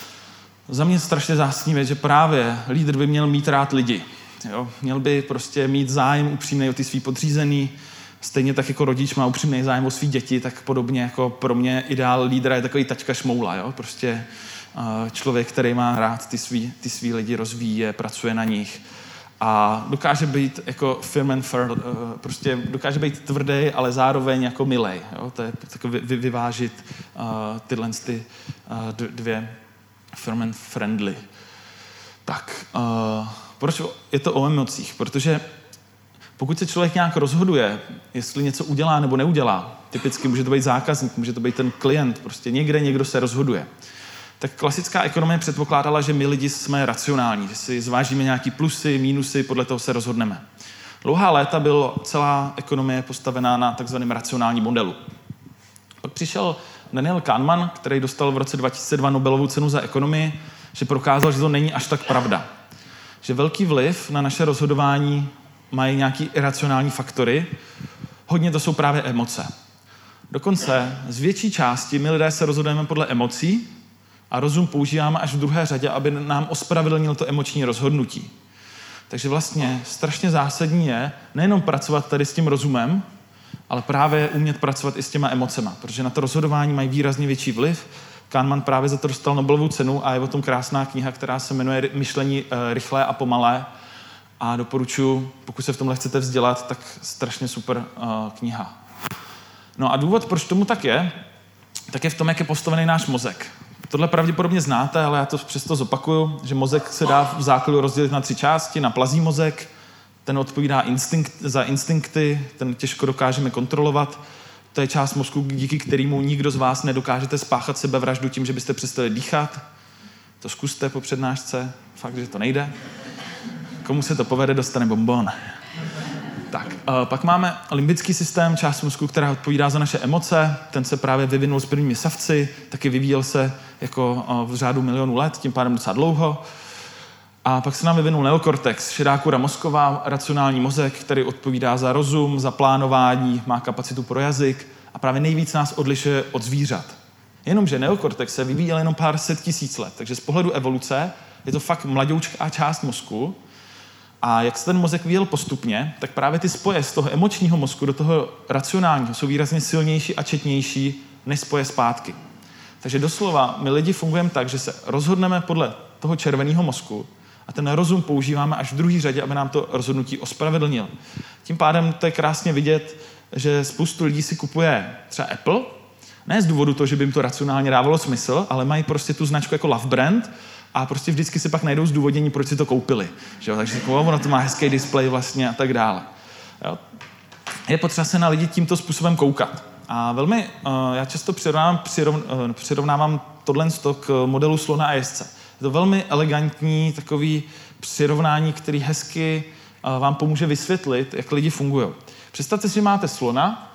[SPEAKER 1] Za mě strašně zásadní věc, že právě lídr by měl mít rád lidi. Jo? Měl by prostě mít zájem upřímný o ty svý podřízený. Stejně tak jako rodič má upřímný zájem o svý děti, tak podobně jako pro mě ideál lídra je takový taťka šmoula. Jo? Prostě uh, člověk, který má rád ty svý, ty svý lidi, rozvíje, pracuje na nich. A dokáže být jako firm and fair, uh, prostě dokáže být tvrdý, ale zároveň jako milej. Jo? To je takový vy, vyvážit uh, tyhle ty, uh, dvě firm and friendly. Tak, uh, proč je to o emocích? Protože pokud se člověk nějak rozhoduje, jestli něco udělá nebo neudělá, typicky může to být zákazník, může to být ten klient, prostě někde někdo se rozhoduje. Tak klasická ekonomie předpokládala, že my lidi jsme racionální, že si zvážíme nějaký plusy, mínusy, podle toho se rozhodneme. Dlouhá léta byla celá ekonomie postavená na takzvaném racionálním modelu. Pak přišel Daniel Kahneman, který dostal v roce dva tisíce dva Nobelovu cenu za ekonomii, že prokázal, že to není až tak pravda. Že velký vliv na naše rozhodování mají nějaký iracionální faktory. Hodně to jsou právě emoce. Dokonce z větší části my lidé se rozhodujeme podle emocí a rozum používáme až v druhé řadě, aby nám ospravedlnil to emoční rozhodnutí. Takže vlastně strašně zásadní je nejenom pracovat tady s tím rozumem, ale právě umět pracovat i s těma emocema, protože na to rozhodování mají výrazně větší vliv. Kahneman právě za to dostal Nobelovu cenu a je o tom krásná kniha, která se jmenuje Myšlení rychlé a pomalé. A doporučuji, pokud se v tomhle chcete vzdělat, tak strašně super uh, kniha. No a důvod, proč tomu tak je, tak je v tom, jak je postavený náš mozek. Tohle pravděpodobně znáte, ale já to přesto zopakuju, že mozek se dá v základu rozdělit na tři části. Na plazí mozek, ten odpovídá instinkt, za instinkty, ten těžko dokážeme kontrolovat. To je část mozku, díky kterému nikdo z vás nedokážete spáchat sebevraždu tím, že byste přestali dýchat. To zkuste po přednášce, fakt, že to nejde. Komu se to povede, dostane bonbon. Tak, pak máme limbický systém, část mozku, která odpovídá za naše emoce. Ten se právě vyvinul s prvními savci, taky vyvíjel se jako v řádu milionů let, tím pádem docela dlouho. A pak se nám vyvinul neokortex, šedá kůra mozková, racionální mozek, který odpovídá za rozum, za plánování, má kapacitu pro jazyk a právě nejvíc nás odlišuje od zvířat. Jenomže neokortex se vyvíjel jenom pár set tisíc let, takže z pohledu evoluce je to fakt mladoučká část mozku. A jak se ten mozek vyvíjel postupně, tak právě ty spoje z toho emočního mozku do toho racionálního jsou výrazně silnější a četnější než spoje zpátky. Takže doslova my lidi fungujeme tak, že se rozhodneme podle toho červeného mozku a ten rozum používáme až v druhé řadě, aby nám to rozhodnutí ospravedlnil. Tím pádem to je krásně vidět, že spoustu lidí si kupuje třeba Apple, ne z důvodu toho, že by jim to racionálně dávalo smysl, ale mají prostě tu značku jako love brand a prostě vždycky si pak najdou zdůvodnění, proč si to koupili. Že jo? Takže ono to má hezký displej vlastně a tak dále. Jo? Je potřeba se na lidi tímto způsobem koukat. A velmi, uh, já často přirovnávám, přirov, uh, přirovnávám tohle k modelu slona a jezdce. Je to velmi elegantní takový přirovnání, který hezky uh, vám pomůže vysvětlit, jak lidi fungují. Představte si, že máte slona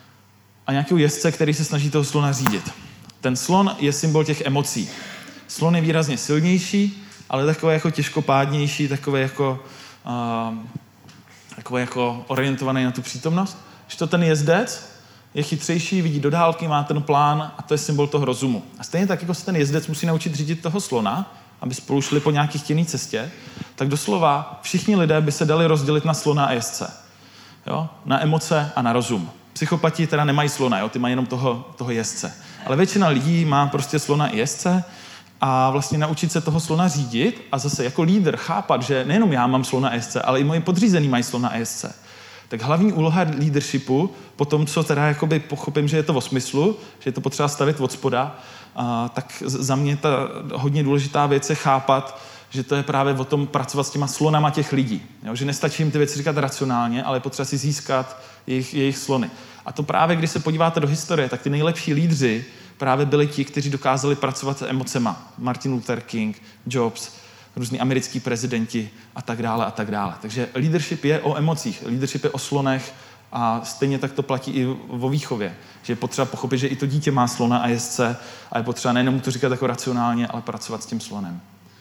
[SPEAKER 1] a nějakého jezdce, který se snaží toho slona řídit. Ten slon je symbol těch emocí. Slon je výrazně silnější, ale takový jako těžkopádnější, takový jako, uh, takový jako orientovaný na tu přítomnost. Když to ten jezdec je chytřejší, vidí do dálky, má ten plán a to je symbol toho rozumu. A stejně tak, jako se ten jezdec musí naučit řídit toho slona, aby spolu šli po nějaký chtěný cestě, tak doslova všichni lidé by se dali rozdělit na slona a jezdce. Jo? Na emoce a na rozum. Psychopati teda nemají slona, jo? Ty mají jenom toho, toho jezdce. Ale většina lidí má prostě slona i jezdce a vlastně naučit se toho slona řídit a zase jako lídr chápat, že nejenom já mám slona a jezdce, ale i moji podřízení mají slona a jezdce. Tak hlavní úloha leadershipu, po tom, co teda jakoby pochopím, že je to o smyslu, že je to potřeba stavit od spoda, a, tak za mě ta hodně důležitá věc je chápat, že to je právě o tom pracovat s těma slonama těch lidí. Jo? Že nestačí jim ty věci říkat racionálně, ale je potřeba si získat jejich, jejich slony. A to právě, když se podíváte do historie, tak ty nejlepší lídři právě byli ti, kteří dokázali pracovat s emocema. Martin Luther King, Jobs, různí americký prezidenti a tak dále a tak dále. Takže leadership je o emocích, leadership je o slonech a stejně tak to platí i vo výchově. Že je potřeba pochopit, že i to dítě má slona a jezdce a je potřeba nejenom mu to říkat jako racionálně, ale pracovat s tím slonem.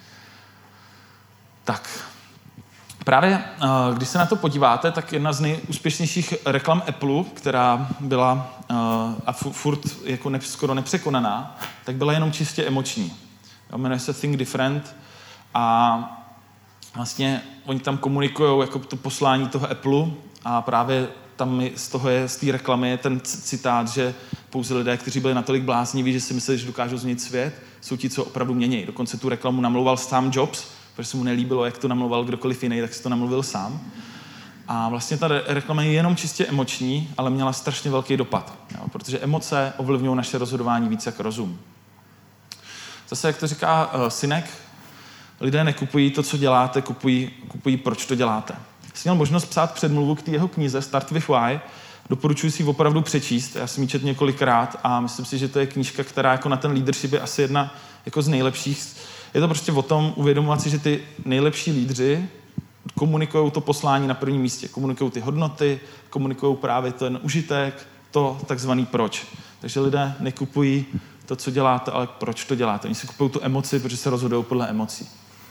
[SPEAKER 1] Tak, právě když se na to podíváte, tak jedna z nejúspěšnějších reklam Apple, která byla a furt jako ne, skoro nepřekonaná, tak byla jenom čistě emoční. Jmenuje se Think Different a vlastně oni tam komunikují jako to poslání toho Apple a právě tam z toho je, z té reklamy je ten citát, že pouze lidé, kteří byli natolik blázniví, že si mysleli, že dokážou změnit svět, jsou ti, co opravdu mění. Dokonce tu reklamu namlouval sám Jobs, protože se mu nelíbilo, jak to namlouval kdokoliv jiný, tak si to namluvil sám. A vlastně ta reklama je jenom čistě emoční, ale měla strašně velký dopad, jo, protože emoce ovlivňují naše rozhodování víc jak rozum. Zase, jak to říká uh, Sinek, lidé nekupují to, co děláte, kupují, kupují proč to děláte. Jsem měl možnost psát předmluvu k té jeho knize Start with Why. Doporučuji si ji opravdu přečíst. Já jsem ji četl několikrát a myslím si, že to je knížka, která jako na ten leadership je asi jedna jako z nejlepších. Je to prostě o tom uvědomovat si, že ty nejlepší lídři komunikují to poslání na prvním místě. Komunikují ty hodnoty, komunikují právě ten užitek, to takzvaný proč. Takže lidé nekupují to, co děláte, ale proč to děláte. Oni si kupují tu emoci, protože se rozhodují podle emocí.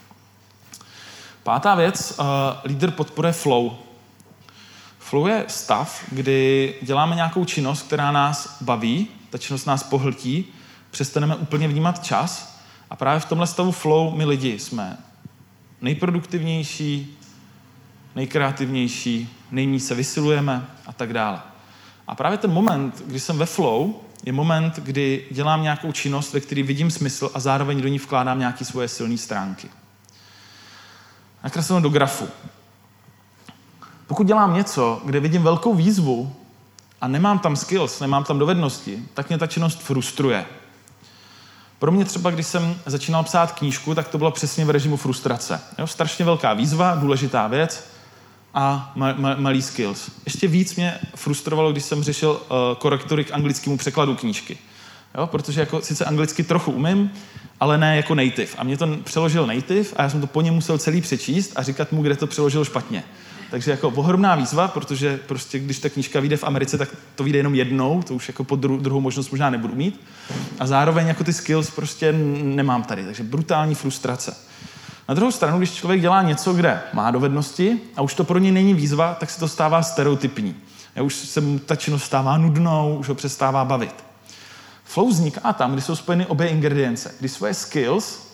[SPEAKER 1] Pátá věc, uh, lídr podporuje flow. Flow je stav, kdy děláme nějakou činnost, která nás baví, ta činnost nás pohltí, přestaneme úplně vnímat čas a právě v tomhle stavu flow my lidi jsme nejproduktivnější, nejkreativnější, nejméně se vysilujeme a tak dále. A právě ten moment, kdy jsem ve flow, je moment, kdy dělám nějakou činnost, ve které vidím smysl a zároveň do ní vkládám nějaké svoje silné stránky. Nakreslím do grafu. Pokud dělám něco, kde vidím velkou výzvu a nemám tam skills, nemám tam dovednosti, tak mě ta činnost frustruje. Pro mě třeba, když jsem začínal psát knížku, tak to bylo přesně v režimu frustrace. Jo? Strašně velká výzva, důležitá věc a ma- ma- malý skills. Ještě víc mě frustrovalo, když jsem řešil uh, korektory k anglickému překladu knížky. Jo? Protože jako sice anglicky trochu umím, ale ne jako native. A mě to přeložil native a já jsem to po něm musel celý přečíst a říkat mu, kde to přeložil špatně. Takže jako ohromná výzva, protože prostě když ta knížka vyjde v Americe, tak to vyjde jenom jednou, to už jako po dru- druhou možnost možná nebudu mít. A zároveň jako ty skills prostě nemám tady, takže brutální frustrace. Na druhou stranu, když člověk dělá něco, kde má dovednosti a už to pro něj není výzva, tak se to stává stereotypní. A už se mu ta činnost stává nudnou, už ho přestává bavit. Flow vzniká tam, kdy jsou spojeny obě ingredience. Kdy svoje skills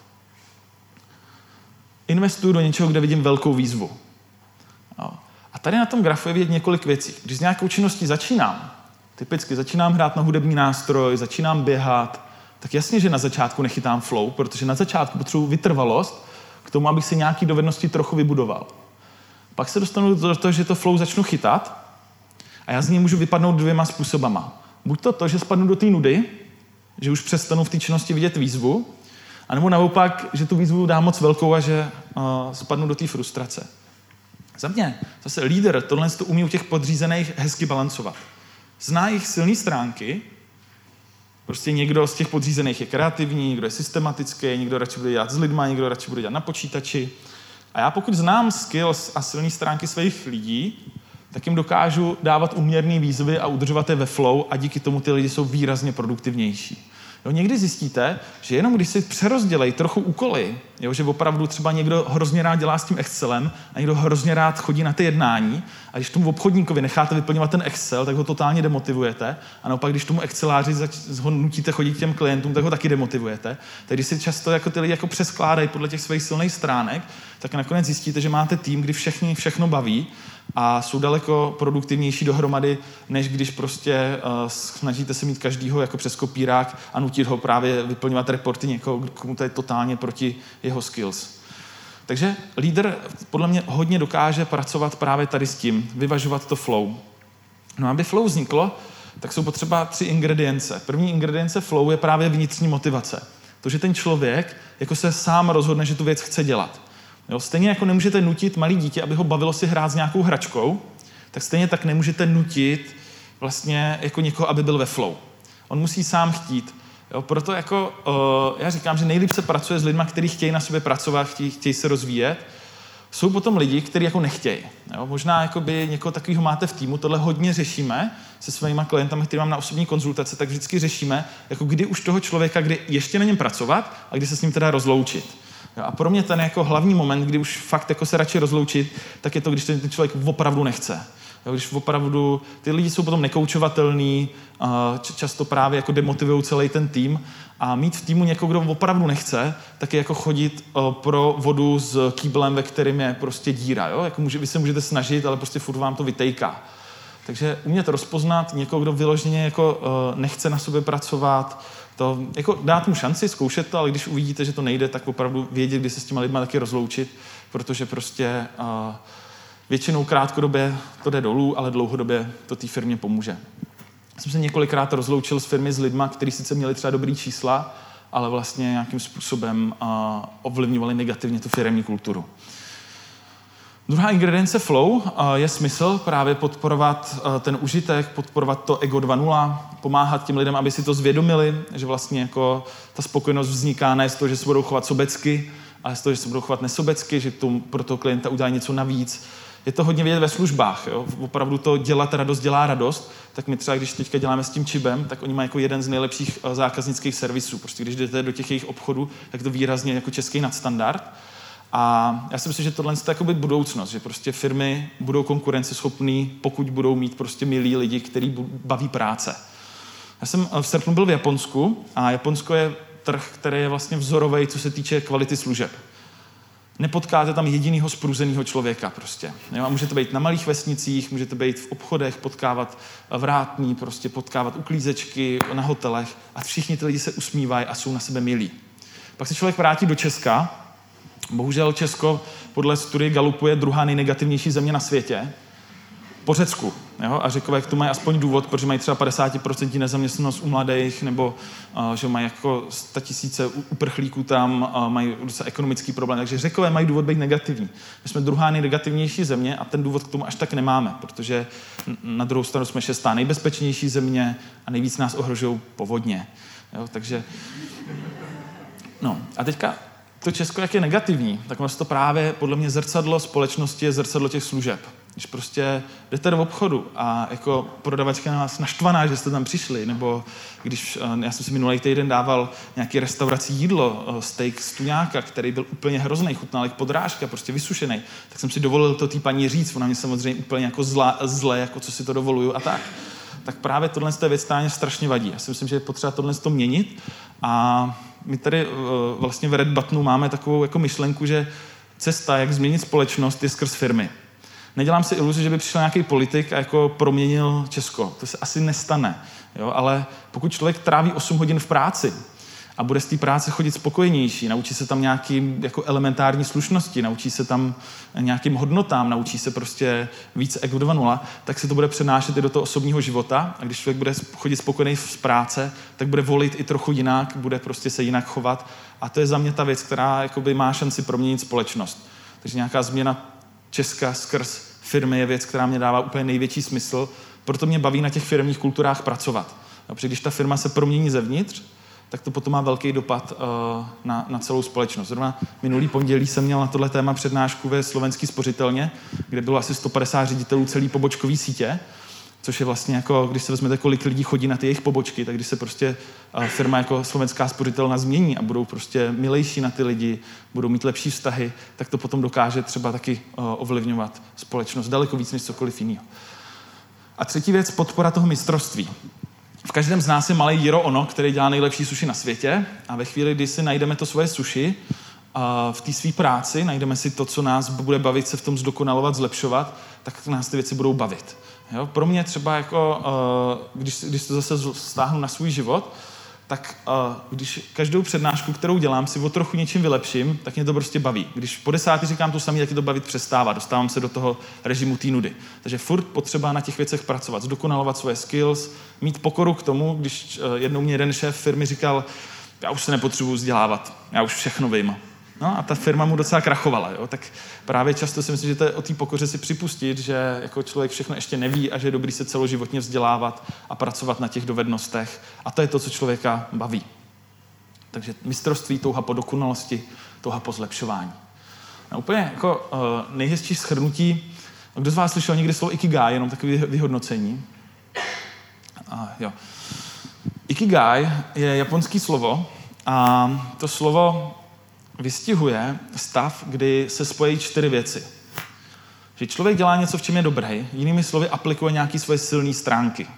[SPEAKER 1] investuju do něčeho, kde vidím velkou výzvu. Jo. A tady na tom grafu je vidět několik věcí. Když s nějakou činností začínám, typicky začínám hrát na hudební nástroj, začínám běhat, tak jasně, že na začátku nechytám flow, protože na začátku potřebuji vytrvalost k tomu, abych si nějaký dovednosti trochu vybudoval. Pak se dostanu do toho, že to flow začnu chytat a já z něj můžu vypadnout dvěma způsobama. Buď to to, že spadnu do té nudy, že už přestanu v té činnosti vidět výzvu, anebo naopak, že tu výzvu dám moc velkou a že uh, spadnu do té frustrace. Za mě zase lídr tohle to umí u těch podřízených hezky balancovat. Zná jejich silné stránky, prostě někdo z těch podřízených je kreativní, někdo je systematický, někdo radši bude dělat s lidma, někdo radši bude dělat na počítači. A já pokud znám skills a silné stránky svých lidí, tak jim dokážu dávat uměrné výzvy a udržovat je ve flow a díky tomu ty lidi jsou výrazně produktivnější. Jo, někdy zjistíte, že jenom když si přerozdělej trochu úkoly, jo, že opravdu třeba někdo hrozně rád dělá s tím Excelem a někdo hrozně rád chodí na ty jednání a když tomu obchodníkovi necháte vyplňovat ten Excel, tak ho totálně demotivujete a naopak, když tomu Exceláři zač- ho nutíte chodit k těm klientům, tak ho taky demotivujete. Tak když si často jako ty lidi jako přeskládají podle těch svých silných stránek, tak nakonec zjistíte, že máte tým, kdy všichni všechno baví a jsou daleko produktivnější dohromady, než když prostě uh, snažíte se mít každýho jako přes kopírák a nutit ho právě vyplňovat reporty někoho, komu to je totálně proti jeho skills. Takže lídr podle mě hodně dokáže pracovat právě tady s tím, vyvažovat to flow. No a aby flow vzniklo, tak jsou potřeba tři ingredience. První ingredience flow je právě vnitřní motivace. To, že ten člověk jako se sám rozhodne, že tu věc chce dělat. Jo, stejně jako nemůžete nutit malý dítě, aby ho bavilo si hrát s nějakou hračkou, tak stejně tak nemůžete nutit vlastně jako někoho, aby byl ve flow. On musí sám chtít. Jo, proto jako, uh, já říkám, že nejlíp se pracuje s lidmi, kteří chtějí na sobě pracovat, chtějí, chtějí se rozvíjet. Jsou potom lidi, kteří jako nechtějí. Jo, možná jakoby někoho takového máte v týmu, tohle hodně řešíme se svými klientami, který mám na osobní konzultace, tak vždycky řešíme, jako kdy už toho člověka, kdy ještě na něm pracovat a kdy se s ním teda rozloučit. Jo, a pro mě ten jako hlavní moment, kdy už fakt jako se radši rozloučit, tak je to, když ten člověk opravdu nechce. Jo, když opravdu ty lidi jsou potom nekoučovatelný, často právě jako demotivují celý ten tým a mít v týmu někoho, kdo opravdu nechce, tak je jako chodit pro vodu s kýblem, ve kterém je prostě díra. Jo? Jako může, vy se můžete snažit, ale prostě furt vám to vytejká. Takže umět rozpoznat někoho, kdo vyloženě jako nechce na sobě pracovat, to, jako dát mu šanci, zkoušet to, ale když uvidíte, že to nejde, tak opravdu vědět, kdy se s těma lidma taky rozloučit, protože prostě uh, většinou krátkodobě to jde dolů, ale dlouhodobě to té firmě pomůže. Já jsem se několikrát rozloučil s firmy s lidma, kteří sice měli třeba dobrý čísla, ale vlastně nějakým způsobem uh, ovlivňovali negativně tu firemní kulturu. Druhá ingredience flow uh, je smysl právě podporovat uh, ten užitek, podporovat to ego dva nula, pomáhat těm lidem, aby si to zvědomili, že vlastně jako ta spokojenost vzniká ne z toho, že se budou chovat sobecky, ale z toho, že se budou chovat nesobecky, že tomu, pro toho klienta udělají něco navíc. Je to hodně vidět ve službách. Jo? Opravdu to dělat radost dělá radost. Tak my třeba, když teďka děláme s tím Čibem, tak oni mají jako jeden z nejlepších uh, zákaznických servisů. Prostě když jdete do těch jejich obchodů, tak to výrazně jako český nadstandard. A já si myslím, že tohle je jakoby budoucnost, že prostě firmy budou konkurenceschopný, pokud budou mít prostě milí lidi, který baví práce. Já jsem v srpnu byl v Japonsku a Japonsko je trh, který je vlastně vzorový, co se týče kvality služeb. Nepotkáte tam jedinýho spruzenýho člověka prostě. Jo? A můžete být na malých vesnicích, můžete být v obchodech, potkávat vrátný, prostě potkávat uklízečky na hotelech a všichni ty lidi se usmívají a jsou na sebe milí. Pak se člověk vrátí do Česka. Bohužel Česko podle studie Gallupu je druhá nejnegativnější země na světě. Po Řecku. Jo? A Řekové k tomu mají aspoň důvod, protože mají třeba padesát procent nezaměstnanost u mladých, nebo uh, že mají jako sto tisíce uprchlíků tam, uh, mají docela ekonomický problém. Takže Řekové mají důvod být negativní. My jsme druhá nejnegativnější země a ten důvod k tomu až tak nemáme, protože na druhou stranu jsme šestá nejbezpečnější země a nejvíc nás ohrožují povodně. Jo? Takže, no a teďka to Česko, jak je negativní, tak ono to právě podle mě zrcadlo společnosti je zrcadlo těch služeb. Když prostě jdete do obchodu a jako prodavačka na vás naštvaná, že jste tam přišli, nebo když, já jsem si minulý týden dával nějaký restaurací jídlo, steak z tuňáka, který byl úplně hrozný, chutnal jak podrážka, prostě vysušený, tak jsem si dovolil to té paní říct, ona mě samozřejmě úplně jako zla, zle, jako co si to dovoluju a tak. Tak právě tohle je věc, která mě strašně vadí. Já si myslím, že je potřeba tohle to měnit a my tady vlastně v Red Buttonu máme takovou jako myšlenku, že cesta, jak změnit společnost, je skrz firmy. Nedělám si iluzi, že by přišel nějaký politik a jako proměnil Česko. To se asi nestane. Jo? Ale pokud člověk tráví osm hodin v práci a bude z té práce chodit spokojenější, naučí se tam nějakým jako elementární slušnosti, naučí se tam nějakým hodnotám, naučí se prostě víc jak dva nula, tak se to bude přenášet i do toho osobního života. A když člověk bude chodit spokojený z práce, tak bude volit i trochu jinak, bude prostě se jinak chovat. A to je za mě ta věc, která jakoby má šanci proměnit společnost. Takže nějaká změna Česka skrz firmy je věc, která mě dává úplně největší smysl. Proto mě baví na těch firemních kulturách pracovat. A protože když ta firma se promění zevnitř, tak to potom má velký dopad uh, na, na celou společnost. Zrovna minulý pondělí jsem měl na tohle téma přednášku ve Slovenské spořitelně, kde bylo asi sto padesát ředitelů celý pobočkový sítě, což je vlastně jako, když se vezmete, kolik lidí chodí na ty jejich pobočky, tak když se prostě uh, firma jako Slovenská spořitelna změní a budou prostě milejší na ty lidi, budou mít lepší vztahy, tak to potom dokáže třeba taky uh, ovlivňovat společnost daleko víc než cokoliv jiného. A třetí věc, podpora toho mistrovství. V každém z nás je malý Jiro Ono, který dělá nejlepší sushi na světě a ve chvíli, kdy si najdeme to svoje sushi uh, v té své práci, najdeme si to, co nás bude bavit se v tom zdokonalovat, zlepšovat, tak nás ty věci budou bavit. Jo? Pro mě třeba, jako, uh, když, když to zase stáhnu na svůj život, tak uh, když každou přednášku, kterou dělám, si o trochu něčím vylepším, tak mě to prostě baví. Když po desátý říkám to samé, tak je to bavit přestává. Dostávám se do toho režimu té nudy. Takže furt potřeba na těch věcech pracovat, zdokonalovat svoje skills, mít pokoru k tomu, když uh, jednou mě jeden šéf firmy říkal, já už se nepotřebuji vzdělávat, já už všechno vím. No a ta firma mu docela krachovala, jo? Tak právě často si myslím, že to je o té pokoře si připustit, že jako člověk všechno ještě neví a že je dobrý se celoživotně vzdělávat a pracovat na těch dovednostech. A to je to, co člověka baví. Takže mistrovství, touha po dokonalosti, touha po zlepšování. No, úplně jako uh, nejhezčí shrnutí. Kdo z vás slyšel někdy slovo ikigai, jenom takové vyhodnocení? Uh, jo. Ikigai je japonský slovo a to slovo vystihuje stav, kdy se spojí čtyři věci. Že člověk dělá něco, v čem je dobrý, jinými slovy aplikuje nějaké svoje silné stránky.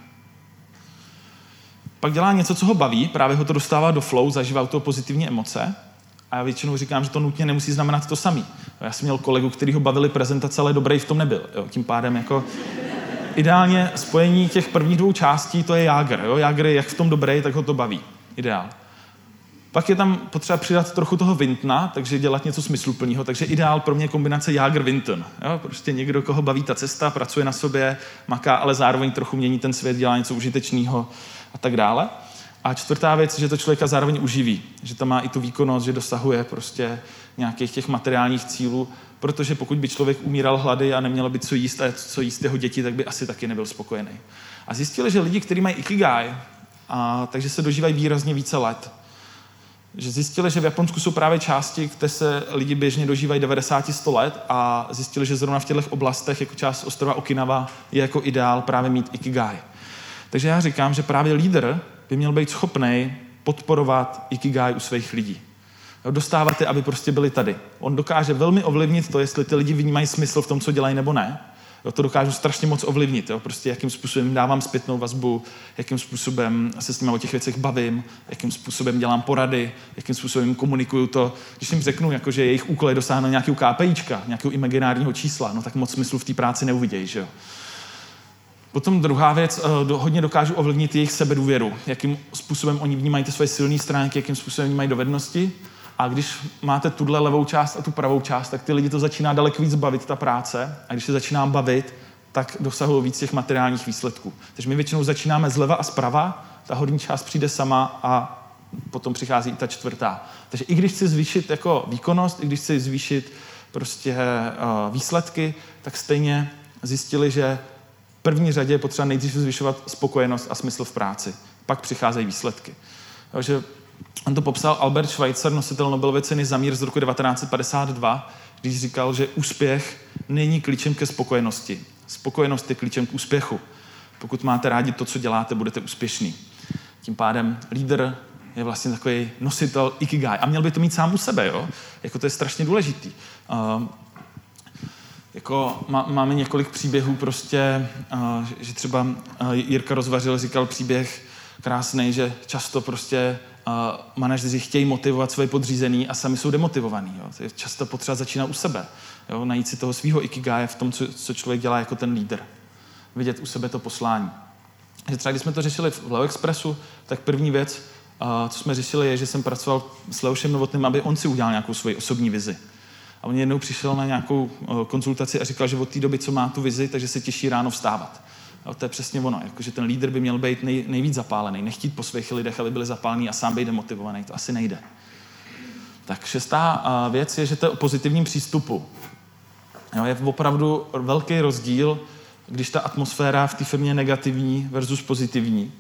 [SPEAKER 1] Pak dělá něco, co ho baví, právě ho to dostává do flow, zažívá to pozitivní emoce a já většinou říkám, že to nutně nemusí znamenat to samý. Já jsem měl kolegu, který ho bavili prezentace, ale dobrý v tom nebyl. Jo. Tím pádem jako ideálně spojení těch prvních dvou částí, to je jágr. Jo. Jágr je jak v tom dobrý, tak ho to baví. Ideál. Pak je tam potřeba přidat trochu toho Vintna, takže dělat něco smysluplného. Takže ideál pro mě je kombinace Jágr-Vinton. Prostě někdo, koho baví ta cesta, pracuje na sobě, maká, ale zároveň trochu mění ten svět, dělá něco užitečného a tak dále. A čtvrtá věc, že to člověka zároveň uživí. Že tam má i tu výkonnost, že dosahuje prostě nějakých těch materiálních cílů, protože pokud by člověk umíral hlady a nemělo by co jíst a co jíst jeho děti, tak by asi taky nebyl spokojený. A zjistili, že lidi, kteří mají ikigai, a, takže se dožívají výrazně více let. Že zjistili, že v Japonsku jsou právě části, kde se lidi běžně dožívají devadesát až sto let a zjistili, že zrovna v těchto oblastech, jako část ostrova Okinawa, je jako ideál právě mít ikigai. Takže já říkám, že právě lídr by měl být schopný podporovat ikigai u svých lidí. Dostávat je, aby prostě byli tady. On dokáže velmi ovlivnit to, jestli ty lidi vnímají smysl v tom, co dělají, nebo ne. Jo, to dokážu strašně moc ovlivnit. Jo? Prostě jakým způsobem dávám zpětnou vazbu, jakým způsobem se s nimi o těch věcech bavím, jakým způsobem dělám porady, jakým způsobem komunikuju to. Když jim řeknu, jako, že jejich úkol je dosáhnout nějakého KPIčka, nějakého imaginárního čísla, no tak moc smyslu v té práci neuvidějí. Že jo? Potom druhá věc, hodně dokážu ovlivnit jejich sebedůvěru, jakým způsobem oni vnímají ty svoje silné stránky, jakým způsobem vnímají dovednosti. A když máte tuhle levou část a tu pravou část, tak ty lidi to začíná daleko víc bavit, ta práce. A když se začíná bavit, tak dosahují víc těch materiálních výsledků. Takže my většinou začínáme zleva a zprava, ta horní část přijde sama a potom přichází i ta čtvrtá. Takže i když chci zvýšit jako výkonnost, i když chci zvýšit prostě uh, výsledky, tak stejně zjistili, že v první řadě je potřeba nejdřív zvyšovat spokojenost a smysl v práci. Pak přicházejí výsledky. Takže on to popsal Albert Schweitzer, nositel Nobelovy ceny za mír z roku devatenáct set padesát dva, když říkal, že úspěch není klíčem ke spokojenosti. Spokojenost je klíčem k úspěchu. Pokud máte rádi to, co děláte, budete úspěšný. Tím pádem lídr je vlastně takový nositel ikigai. A měl by to mít sám u sebe, jo? Jako to je strašně důležitý. Uh, jako má, máme několik příběhů prostě, uh, že třeba uh, Jirka Rozvařil říkal příběh krásný, že často prostě uh, manažeři chtějí motivovat svoje podřízený a sami jsou demotivovaný. Jo? To je často potřeba začínat u sebe. Jo? Najít si toho svého ikigai v tom, co, co člověk dělá jako ten lídr. Vidět u sebe to poslání. Že třeba když jsme to řešili v Leo Expressu, tak první věc, uh, co jsme řešili, je, že jsem pracoval s Leošem Novotným, aby on si udělal nějakou svoji osobní vizi. A on jednou přišel na nějakou uh, konzultaci a říkal, že od té doby, co má tu vizi, takže se těší ráno vstávat. A to je přesně ono, jakože ten lídr by měl být nej, nejvíc zapálený, nechtít po svých lidech, aby byli zapálení a sám být demotivovaný. To asi nejde. Tak šestá uh, věc je, že to je o pozitivním přístupu. Jo, je opravdu velký rozdíl, když ta atmosféra v té firmě je negativní versus pozitivní.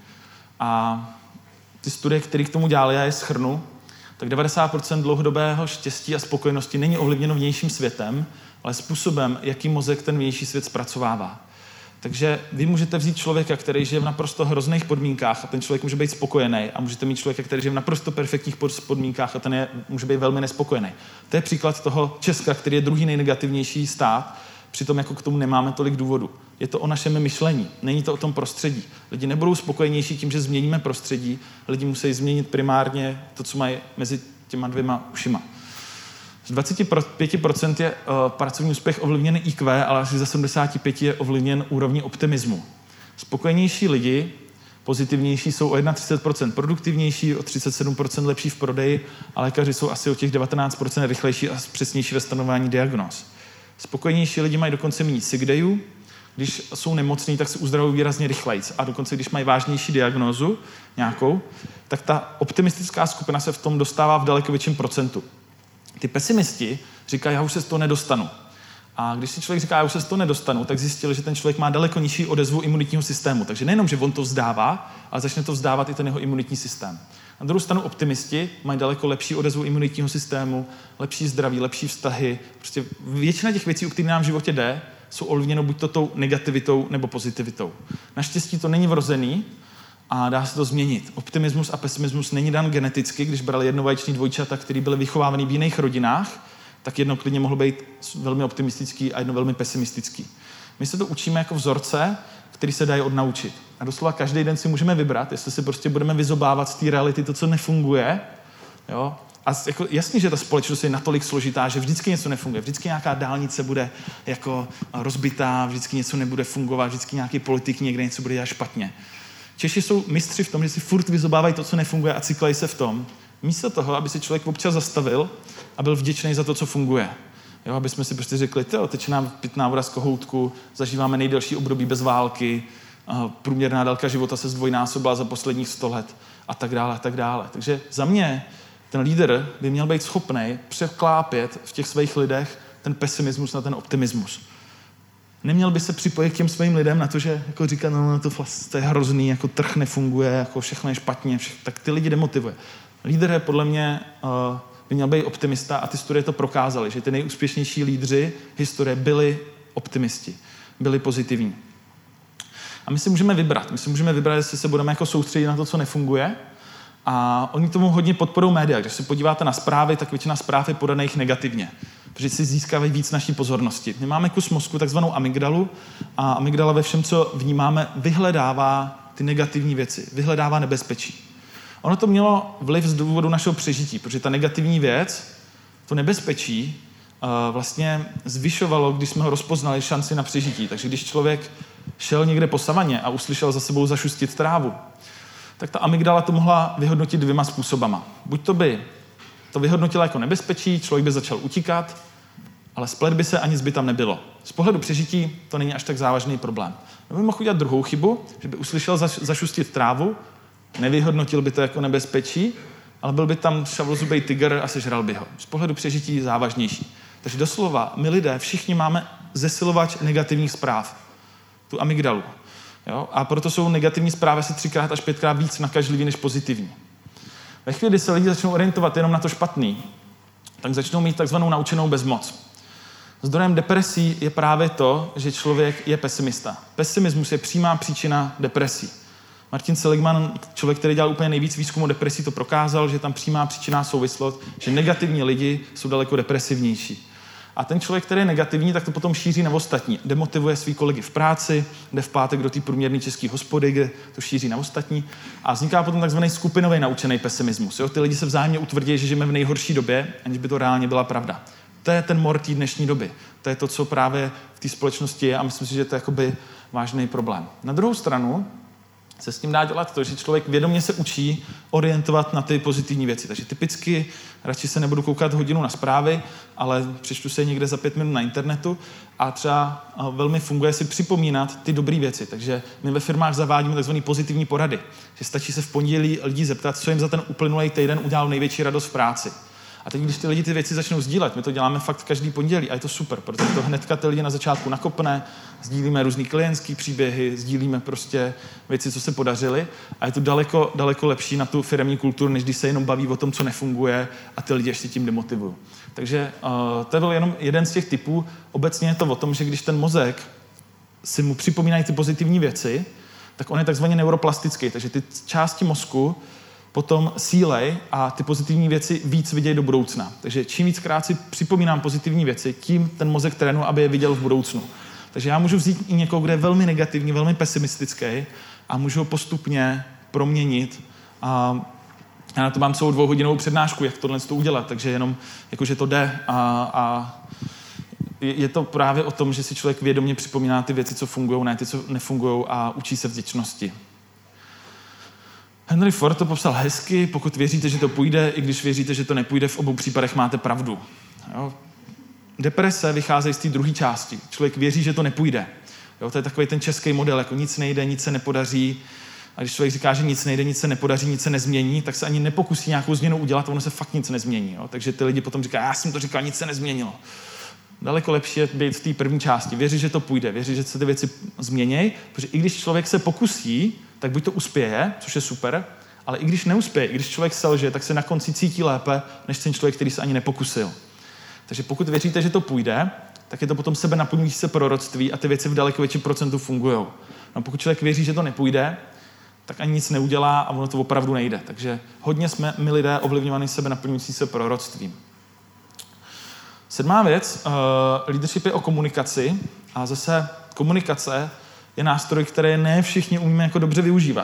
[SPEAKER 1] A ty studie, které k tomu dělali, já je shrnu, tak devadesát procent dlouhodobého štěstí a spokojenosti není ovlivněno vnějším světem, ale způsobem, jaký mozek ten vnější svět zpracovává. Takže vy můžete vzít člověka, který žije v naprosto hrozných podmínkách a ten člověk může být spokojený, a můžete mít člověka, který žije v naprosto perfektních podmínkách a ten je, může být velmi nespokojený. To je příklad toho Česka, který je druhý nejnegativnější stát, přitom jako k tomu nemáme tolik důvodů. Je to o našem myšlení, není to o tom prostředí. Lidi nebudou spokojenější tím, že změníme prostředí, lidi musí změnit primárně to, co mají mezi těma dvěma ušima. Z dvacet pět procent je uh, pracovní úspěch ovlivněn í kvé, ale asi za sedmdesát pět procent je ovlivněn úrovní optimismu. Spokojenější lidi, pozitivnější, jsou o třicet jedna procent produktivnější, o třicet sedm procent lepší v prodeji, a lékaři jsou asi o těch devatenáct procent rychlejší a přesnější ve stanování diagnóz. Spokojenější lidi mají dokonce méně sick dayů, když jsou nemocní, tak se uzdravují výrazně rychleji. A dokonce, když mají vážnější diagnózu nějakou, tak ta optimistická skupina se v tom dostává v daleko větším procentu. Ty pesimisti říkají, já už se z toho nedostanu. A když si člověk říká, já už se z toho nedostanu, tak zjistili, že ten člověk má daleko nižší odezvu imunitního systému. Takže nejenom, že on to vzdává, ale začne to vzdávat i ten jeho imunitní systém. Na druhou stranu optimisti mají daleko lepší odezvu imunitního systému, lepší zdraví, lepší vztahy. Prostě většina těch věcí, o kterých nám v životě jde, jsou ovlivněno buď to tou negativitou nebo pozitivitou. Naštěstí to není vrozený a dá se to změnit. Optimismus a pesimismus není dan geneticky, když brali jednovaječný dvojčata, který byly vychovávaný v jiných rodinách, tak jedno klidně mohlo být velmi optimistický a jedno velmi pesimistický. My se to učíme jako vzorce, který se dají odnaučit. A doslova každý den si můžeme vybrat, jestli si prostě budeme vyzobávat z té reality to, co nefunguje. Jo? A jako jasně, že ta společnost je natolik složitá, že vždycky něco nefunguje. Vždycky nějaká dálnice bude jako rozbitá, vždycky něco nebude fungovat, vždycky nějaký politik někde něco bude dělat špatně. Češi jsou mistři v tom, že si furt vyzobávají to, co nefunguje, a cyklají se v tom. Místo toho, aby si člověk občas zastavil a byl vděčný za to, co funguje. Jo, aby jsme si prostě řekli, tyjo, teče nám pitná voda z kohoutku, zažíváme nejdelší období bez války, průměrná délka života se zdvojnásobila za posledních sto let a tak dále, a tak dále. Takže za mě ten lídr by měl být schopný překlápět v těch svých lidech ten pesimismus na ten optimismus. Neměl by se připojit k těm svým lidem na to, že jako říká, no to, to je hrozný, jako trh nefunguje, jako všechno je špatně, vše, tak ty lidi demotivuje. Lídr je podle mě uh, by měl být optimista a ty studie to prokázaly, že ty nejúspěšnější lídři historie byli optimisti, byli pozitivní. A my si můžeme vybrat. My si můžeme vybrat, jestli se budeme jako soustředit na to, co nefunguje. A oni tomu hodně podporují média. Když se podíváte na zprávy, tak většina zpráv je podaných negativně, protože si získávají víc naší pozornosti. My máme kus mozku, takzvanou amygdalu, a amygdala ve všem, co vnímáme, vyhledává ty negativní věci, vyhledává nebezpečí. Ono to mělo vliv z důvodu našeho přežití, protože ta negativní věc, to nebezpečí, vlastně zvyšovalo, když jsme ho rozpoznali, šanci na přežití. Takže když člověk šel někde po savaně a uslyšel za sebou zašustit trávu, tak ta amygdala to mohla vyhodnotit dvěma způsobama. Buď to by to vyhodnotila jako nebezpečí, člověk by začal utíkat, ale splet by se a nic by tam nebylo. Z pohledu přežití to není až tak závažný problém. By mohl udělat druhou chybu, že by uslyšel zaš- zašustit trávu, nevyhodnotil by to jako nebezpečí, ale byl by tam šavlozubej tygr a sežral by ho. Z pohledu přežití závažnější. Takže doslova, my lidé všichni máme zesilovač negativních zpráv. Tu amygdalu. Jo? A proto jsou negativní zprávy asi třikrát až pětkrát víc nakažlivý než pozitivní. Ve chvíli, kdy se lidi začnou orientovat jenom na to špatný, tak začnou mít takzvanou naučenou bezmoc. Zdrojem depresí je právě to, že člověk je pesimista. Pesimismus je přímá příčina depresí. Martin Seligman, člověk, který dělal úplně nejvíc výzkumu depresí, to prokázal, že tam přímá příčina souvislost, že negativní lidi jsou daleko depresivnější. A ten člověk, který je negativní, tak to potom šíří na ostatní. Demotivuje svý kolegy v práci, jde v pátek do té průměrné české hospody, kde to šíří na ostatní. A vzniká potom takzvaný skupinový naučený pesimismus. Jo? Ty lidi se vzájemně utvrdí, že žijeme v nejhorší době, aniž by to reálně byla pravda. To je ten mor té dnešní doby. To je to, co právě v té společnosti je a myslím si, že to je jakoby vážný problém. Na druhou stranu se s tím dá dělat to, že člověk vědomě se učí orientovat na ty pozitivní věci. Takže typicky radši se nebudu koukat hodinu na zprávy, ale přečtu se někde za pět minut na internetu a třeba velmi funguje si připomínat ty dobré věci. Takže my ve firmách zavádíme takzvané pozitivní porady. Že stačí se v pondělí lidí zeptat, co jim za ten uplynulý týden udělal největší radost v práci. A teď, když ty lidi ty věci začnou sdílet, my to děláme fakt každý pondělí a je to super, protože to hnedka ty lidi na začátku nakopne, sdílíme různý klientský příběhy, sdílíme prostě věci, co se podařily a je to daleko, daleko lepší na tu firemní kulturu, než když se jenom baví o tom, co nefunguje a ty lidi ještě tím demotivují. Takže uh, to byl jenom jeden z těch typů. Obecně je to o tom, že když ten mozek si mu připomínají ty pozitivní věci, tak on je takzvaně neuroplastický, takže ty části mozku potom sílej a ty pozitivní věci víc vidějí do budoucna. Takže čím víckrát si připomínám pozitivní věci, tím ten mozek trénuje, aby je viděl v budoucnu. Takže já můžu vzít i někoho, kdo je velmi negativní, velmi pesimistický a můžu ho postupně proměnit. A já na to mám celou dvouhodinovou přednášku, jak tohle to udělat, takže jenom jakože to jde a, a je to právě o tom, že si člověk vědomě připomíná ty věci, co fungují, ne ty, co nefungují a učí se vděčnosti. Henry Ford to popsal hezky, pokud věříte, že to půjde, i když věříte, že to nepůjde, v obou případech máte pravdu. Jo? Deprese vycházejí z té druhé části. Člověk věří, že to nepůjde. Jo? To je takový ten český model, jako nic nejde, nic se nepodaří. A když člověk říká, že nic nejde, nic se nepodaří, nic se nezmění, tak se ani nepokusí nějakou změnu udělat a ono se fakt nic nezmění. Jo? Takže ty lidi potom říkají, já jsem to říkal, nic se nezměnilo. Daleko lepší je být v té první části. Věří, že to půjde, věří, že se ty věci změnějí, protože i když člověk se pokusí, tak buď to uspěje, což je super, ale i když neuspěje, i když člověk selže, tak se na konci cítí lépe, než ten člověk, který se ani nepokusil. Takže pokud věříte, že to půjde, tak je to potom sebe naplňující se proroctví a ty věci v daleko větším procentu fungují. No, pokud člověk věří, že to nepůjde, tak ani nic neudělá a ono to opravdu nejde. Takže hodně jsme my lidé ovlivňovaní sebe naplňující se proroctvím. Sedmá věc, uh, leadership je o komunikaci a zase komunikace je nástroj, který ne všichni umíme jako dobře využívat.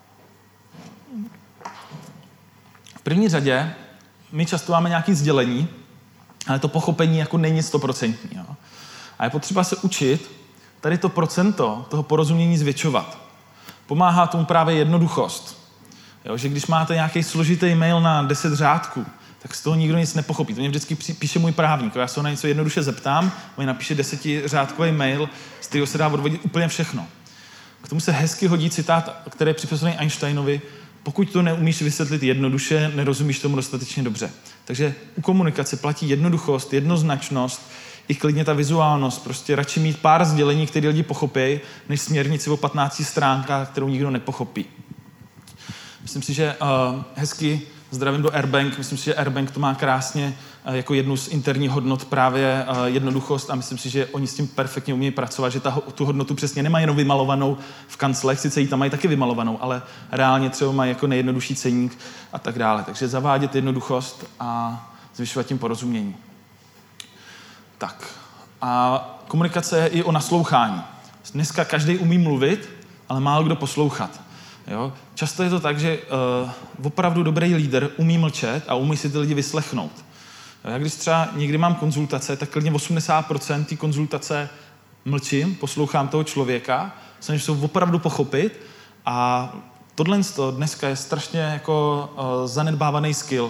[SPEAKER 1] V první řadě my často máme nějaké sdělení, ale to pochopení jako není stoprocentní. A je potřeba se učit tady to procento toho porozumění zvětšovat. Pomáhá tomu právě jednoduchost. Jo, že když máte nějaký složitý mail na deset řádků, tak z toho nikdo nic nepochopí. To mě vždycky píše můj právník. Já se ho na něco jednoduše zeptám, on napíše desetiřádkový mail, z kterého se dá odvodit úplně všechno. K tomu se hezky hodí citát, který je připsaný Einsteinovi: pokud to neumíš vysvětlit jednoduše, nerozumíš tomu dostatečně dobře. Takže u komunikace platí jednoduchost, jednoznačnost, i klidně ta vizuálnost. Prostě radši mít pár sdělení, které lidi pochopí, než směrnici o patnácti stránkách, kterou nikdo nepochopí. Myslím si, že uh, hezky zdravím do Airbank. Myslím si, že Airbank to má krásně uh, jako jednu z interních hodnot právě uh, jednoduchost a myslím si, že oni s tím perfektně umějí pracovat, že ta, tu hodnotu přesně nemají jenom vymalovanou v kanclech, sice ji tam mají taky vymalovanou, ale reálně třeba mají jako nejjednodušší ceník a tak dále. Takže zavádět jednoduchost a zvyšovat tím porozumění. Tak. A komunikace je i o naslouchání. Dneska každý umí mluvit, ale málo kdo poslouchat. Jo? Často je to tak, že uh, opravdu dobrý lídr umí mlčet a umí si ty lidi vyslechnout. Jo? Já když třeba někdy mám konzultace, tak klidně osmdesát procent té konzultace mlčím, poslouchám toho člověka, snažím se ho opravdu pochopit a tohle dneska je strašně jako uh, zanedbávaný skill.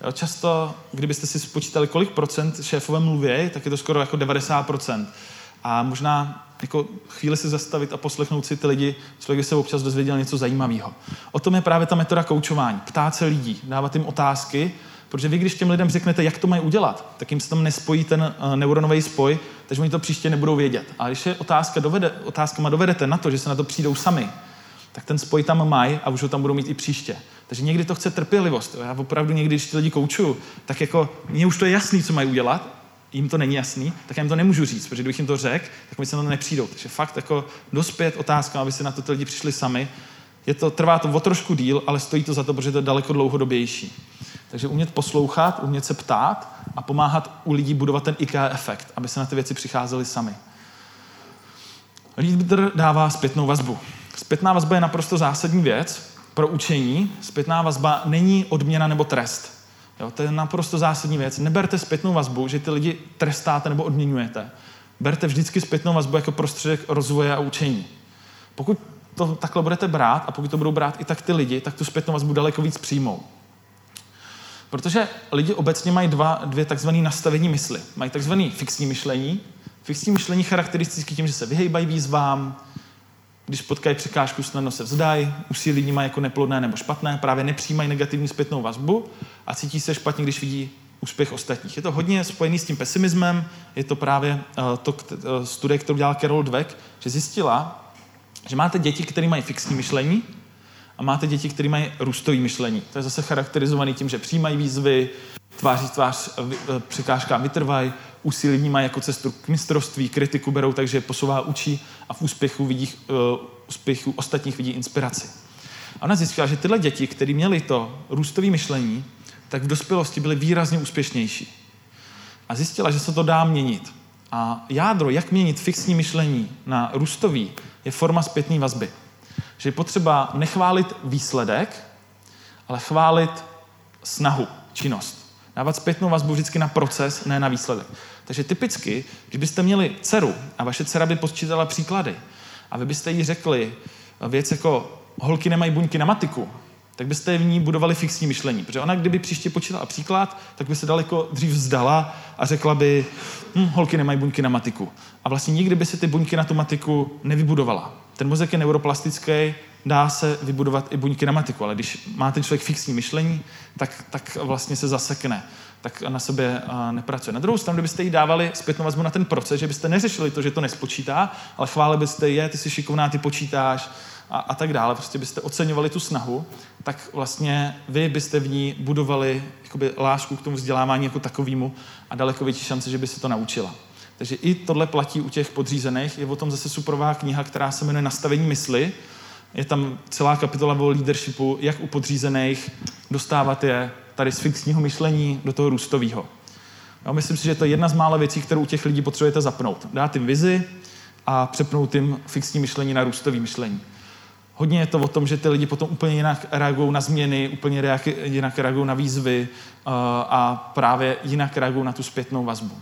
[SPEAKER 1] Jo, často, kdybyste si spočítali, kolik procent šéfové mluví, tak je to skoro jako devadesát procent. A možná jako chvíli si zastavit a poslechnout si ty lidi, člověk by se občas dozvěděl něco zajímavého. O tom je právě ta metoda koučování. Ptát se lidí, dávat jim otázky, protože vy, když těm lidem řeknete, jak to mají udělat, tak jim se tam nespojí ten uh, neuronový spoj, takže oni to příště nebudou vědět. A když je otázka dovede, otázkama dovedete na to, že se na to přijdou sami, tak ten spoj tam mají a už ho tam budou mít i příště. Takže někdy to chce trpělivost. Já opravdu někdy, když ti lidi koučuju, tak jako mně už to je jasný, co mají udělat, jim to není jasný, tak já jim to nemůžu říct, protože kdybych jim to řekl, tak mi se na to nepřijdou. Takže fakt jako dospět otázkám, aby se na to ty lidi přišli sami. Je to, trvá to o trošku díl, ale stojí to za to, protože to je daleko dlouhodobější. Takže umět poslouchat, umět se ptát a pomáhat u lidí budovat ten I K efekt, aby se na ty věci přicházeli sami. Lídr dává zpětnou vazbu. Zpětná vazba je naprosto zásadní věc pro učení. Zpětná vazba není odměna nebo trest. Jo, to je naprosto zásadní věc. Neberte zpětnou vazbu, že ty lidi trestáte nebo odměňujete. Berte vždycky zpětnou vazbu jako prostředek rozvoje a učení. Pokud to takhle budete brát a pokud to budou brát i tak ty lidi, tak tu zpětnou vazbu daleko víc přijmou. Protože lidi obecně mají dva, dvě takzvané nastavení mysli. Mají takzvané fixní myšlení. Fixní myšlení charakteristické tím, že se vyhejbají výzvám, když potkají překážku, snadno se vzdají, úsilí vnímají jako neplodné nebo špatné, právě nepřijímají negativní zpětnou vazbu a cítí se špatně, když vidí úspěch ostatních. Je to hodně spojený s tím pesimismem, je to právě uh, to uh, studie, kterou dělala Carol Dweck, že zjistila, že máte děti, které mají fixní myšlení a máte děti, které mají růstové myšlení. To je zase charakterizovaný tím, že přijímají výzvy, tváří tvář překážkám vytrvají, úsilí vnímají jako cestu k mistrovství, kritiku berou, takže posouvá učí a v úspěchu vidí, uh, úspěchu ostatních vidí inspiraci. A ona zjistila, že tyhle děti, které měly to růstové myšlení, tak v dospělosti byly výrazně úspěšnější. A zjistila, že se to dá měnit. A jádro, jak měnit fixní myšlení na růstový, je forma zpětné vazby. Že je potřeba nechválit výsledek, ale chválit snahu, činnost. Dávat zpětnou vazbu vždycky na proces, ne na výsledek. Takže typicky, když byste měli dceru a vaše dcera by počítala příklady a vy byste jí řekli věc jako holky nemají buňky na matiku, tak byste v ní budovali fixní myšlení. Protože ona, kdyby příště počítala příklad, tak by se daleko dřív vzdala a řekla by, hm, holky nemají buňky na matiku. A vlastně nikdy by si ty buňky na tu matiku nevybudovala. Ten mozek je neuroplastický, dá se vybudovat i buňky na matiku, ale když má ten člověk fixní myšlení, tak, tak vlastně se zasekne, tak na sobě nepracuje. Na druhou stranu, kdybyste jí dávali zpětnou vazbu na ten proces, že byste neřešili to, že to nespočítá, ale chválili byste je, ty jsi šikovná, ty počítáš a, a tak dále, prostě byste oceňovali tu snahu, tak vlastně vy byste v ní budovali jakoby lásku k tomu vzdělávání jako takovému a daleko větší šance, že by se to naučila. Takže i tohle platí u těch podřízených. Je o tom zase superová kniha, která se jmenuje Nastavení mysli. Je tam celá kapitola o leadershipu, jak u podřízených dostávat je tady z fixního myšlení do toho růstového. Já myslím si, že to je jedna z mála věcí, kterou u těch lidí potřebujete zapnout. Dát jim vizi a přepnout jim fixní myšlení na růstové myšlení. Hodně je to o tom, že ty lidi potom úplně jinak reagují na změny, úplně jinak reagují na výzvy a právě jinak reagují na tu zpětnou vazbu.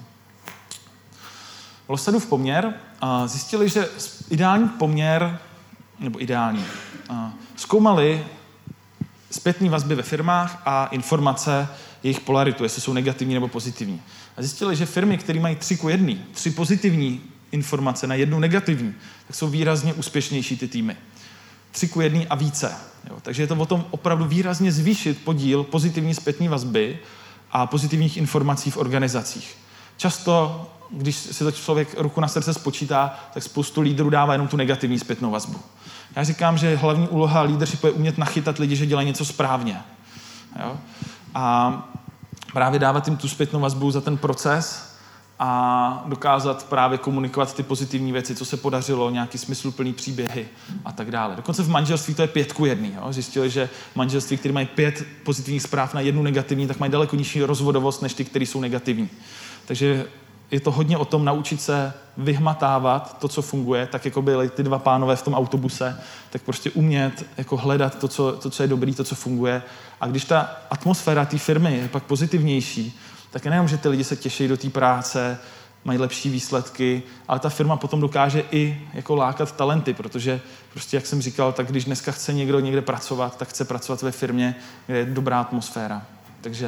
[SPEAKER 1] Lossadův poměr zjistili, že ideální poměr, nebo ideální, zkoumali zpětné vazby ve firmách a informace, jejich polaritu, jestli jsou negativní nebo pozitivní. A zjistili, že firmy, které mají tři ku jedné, tři pozitivní informace na jednu negativní, tak jsou výrazně úspěšnější ty týmy. Tři ku jedné a více. Jo. Takže je to o tom opravdu výrazně zvýšit podíl pozitivní zpětné vazby a pozitivních informací v organizacích. Často, když si to člověk ruku na srdce spočítá, tak spoustu lídrů dává jenom tu negativní zpětnou vazbu. Já říkám, že hlavní úloha leadershipu je umět nachytat lidi, že dělají něco správně. Jo? A právě dávat jim tu zpětnou vazbu za ten proces a dokázat právě komunikovat ty pozitivní věci, co se podařilo, nějaký smysluplný příběhy a tak dále. Dokonce v manželství to je pět ku jedný. Jo? Zjistili, že manželství, které mají pět pozitivních zpráv na jednu negativní, tak mají daleko nižší rozvodovost než ty, které jsou negativní. Takže je to hodně o tom naučit se vyhmatávat to, co funguje, tak jako byli ty dva pánové v tom autobuse, tak prostě umět jako hledat to co, to, co je dobrý, to, co funguje. A když ta atmosféra té firmy je pak pozitivnější, tak nejenom, že ty lidi se těší do té práce, mají lepší výsledky, ale ta firma potom dokáže i jako lákat talenty, protože prostě, jak jsem říkal, tak když dneska chce někdo někde pracovat, tak chce pracovat ve firmě, kde je dobrá atmosféra. Takže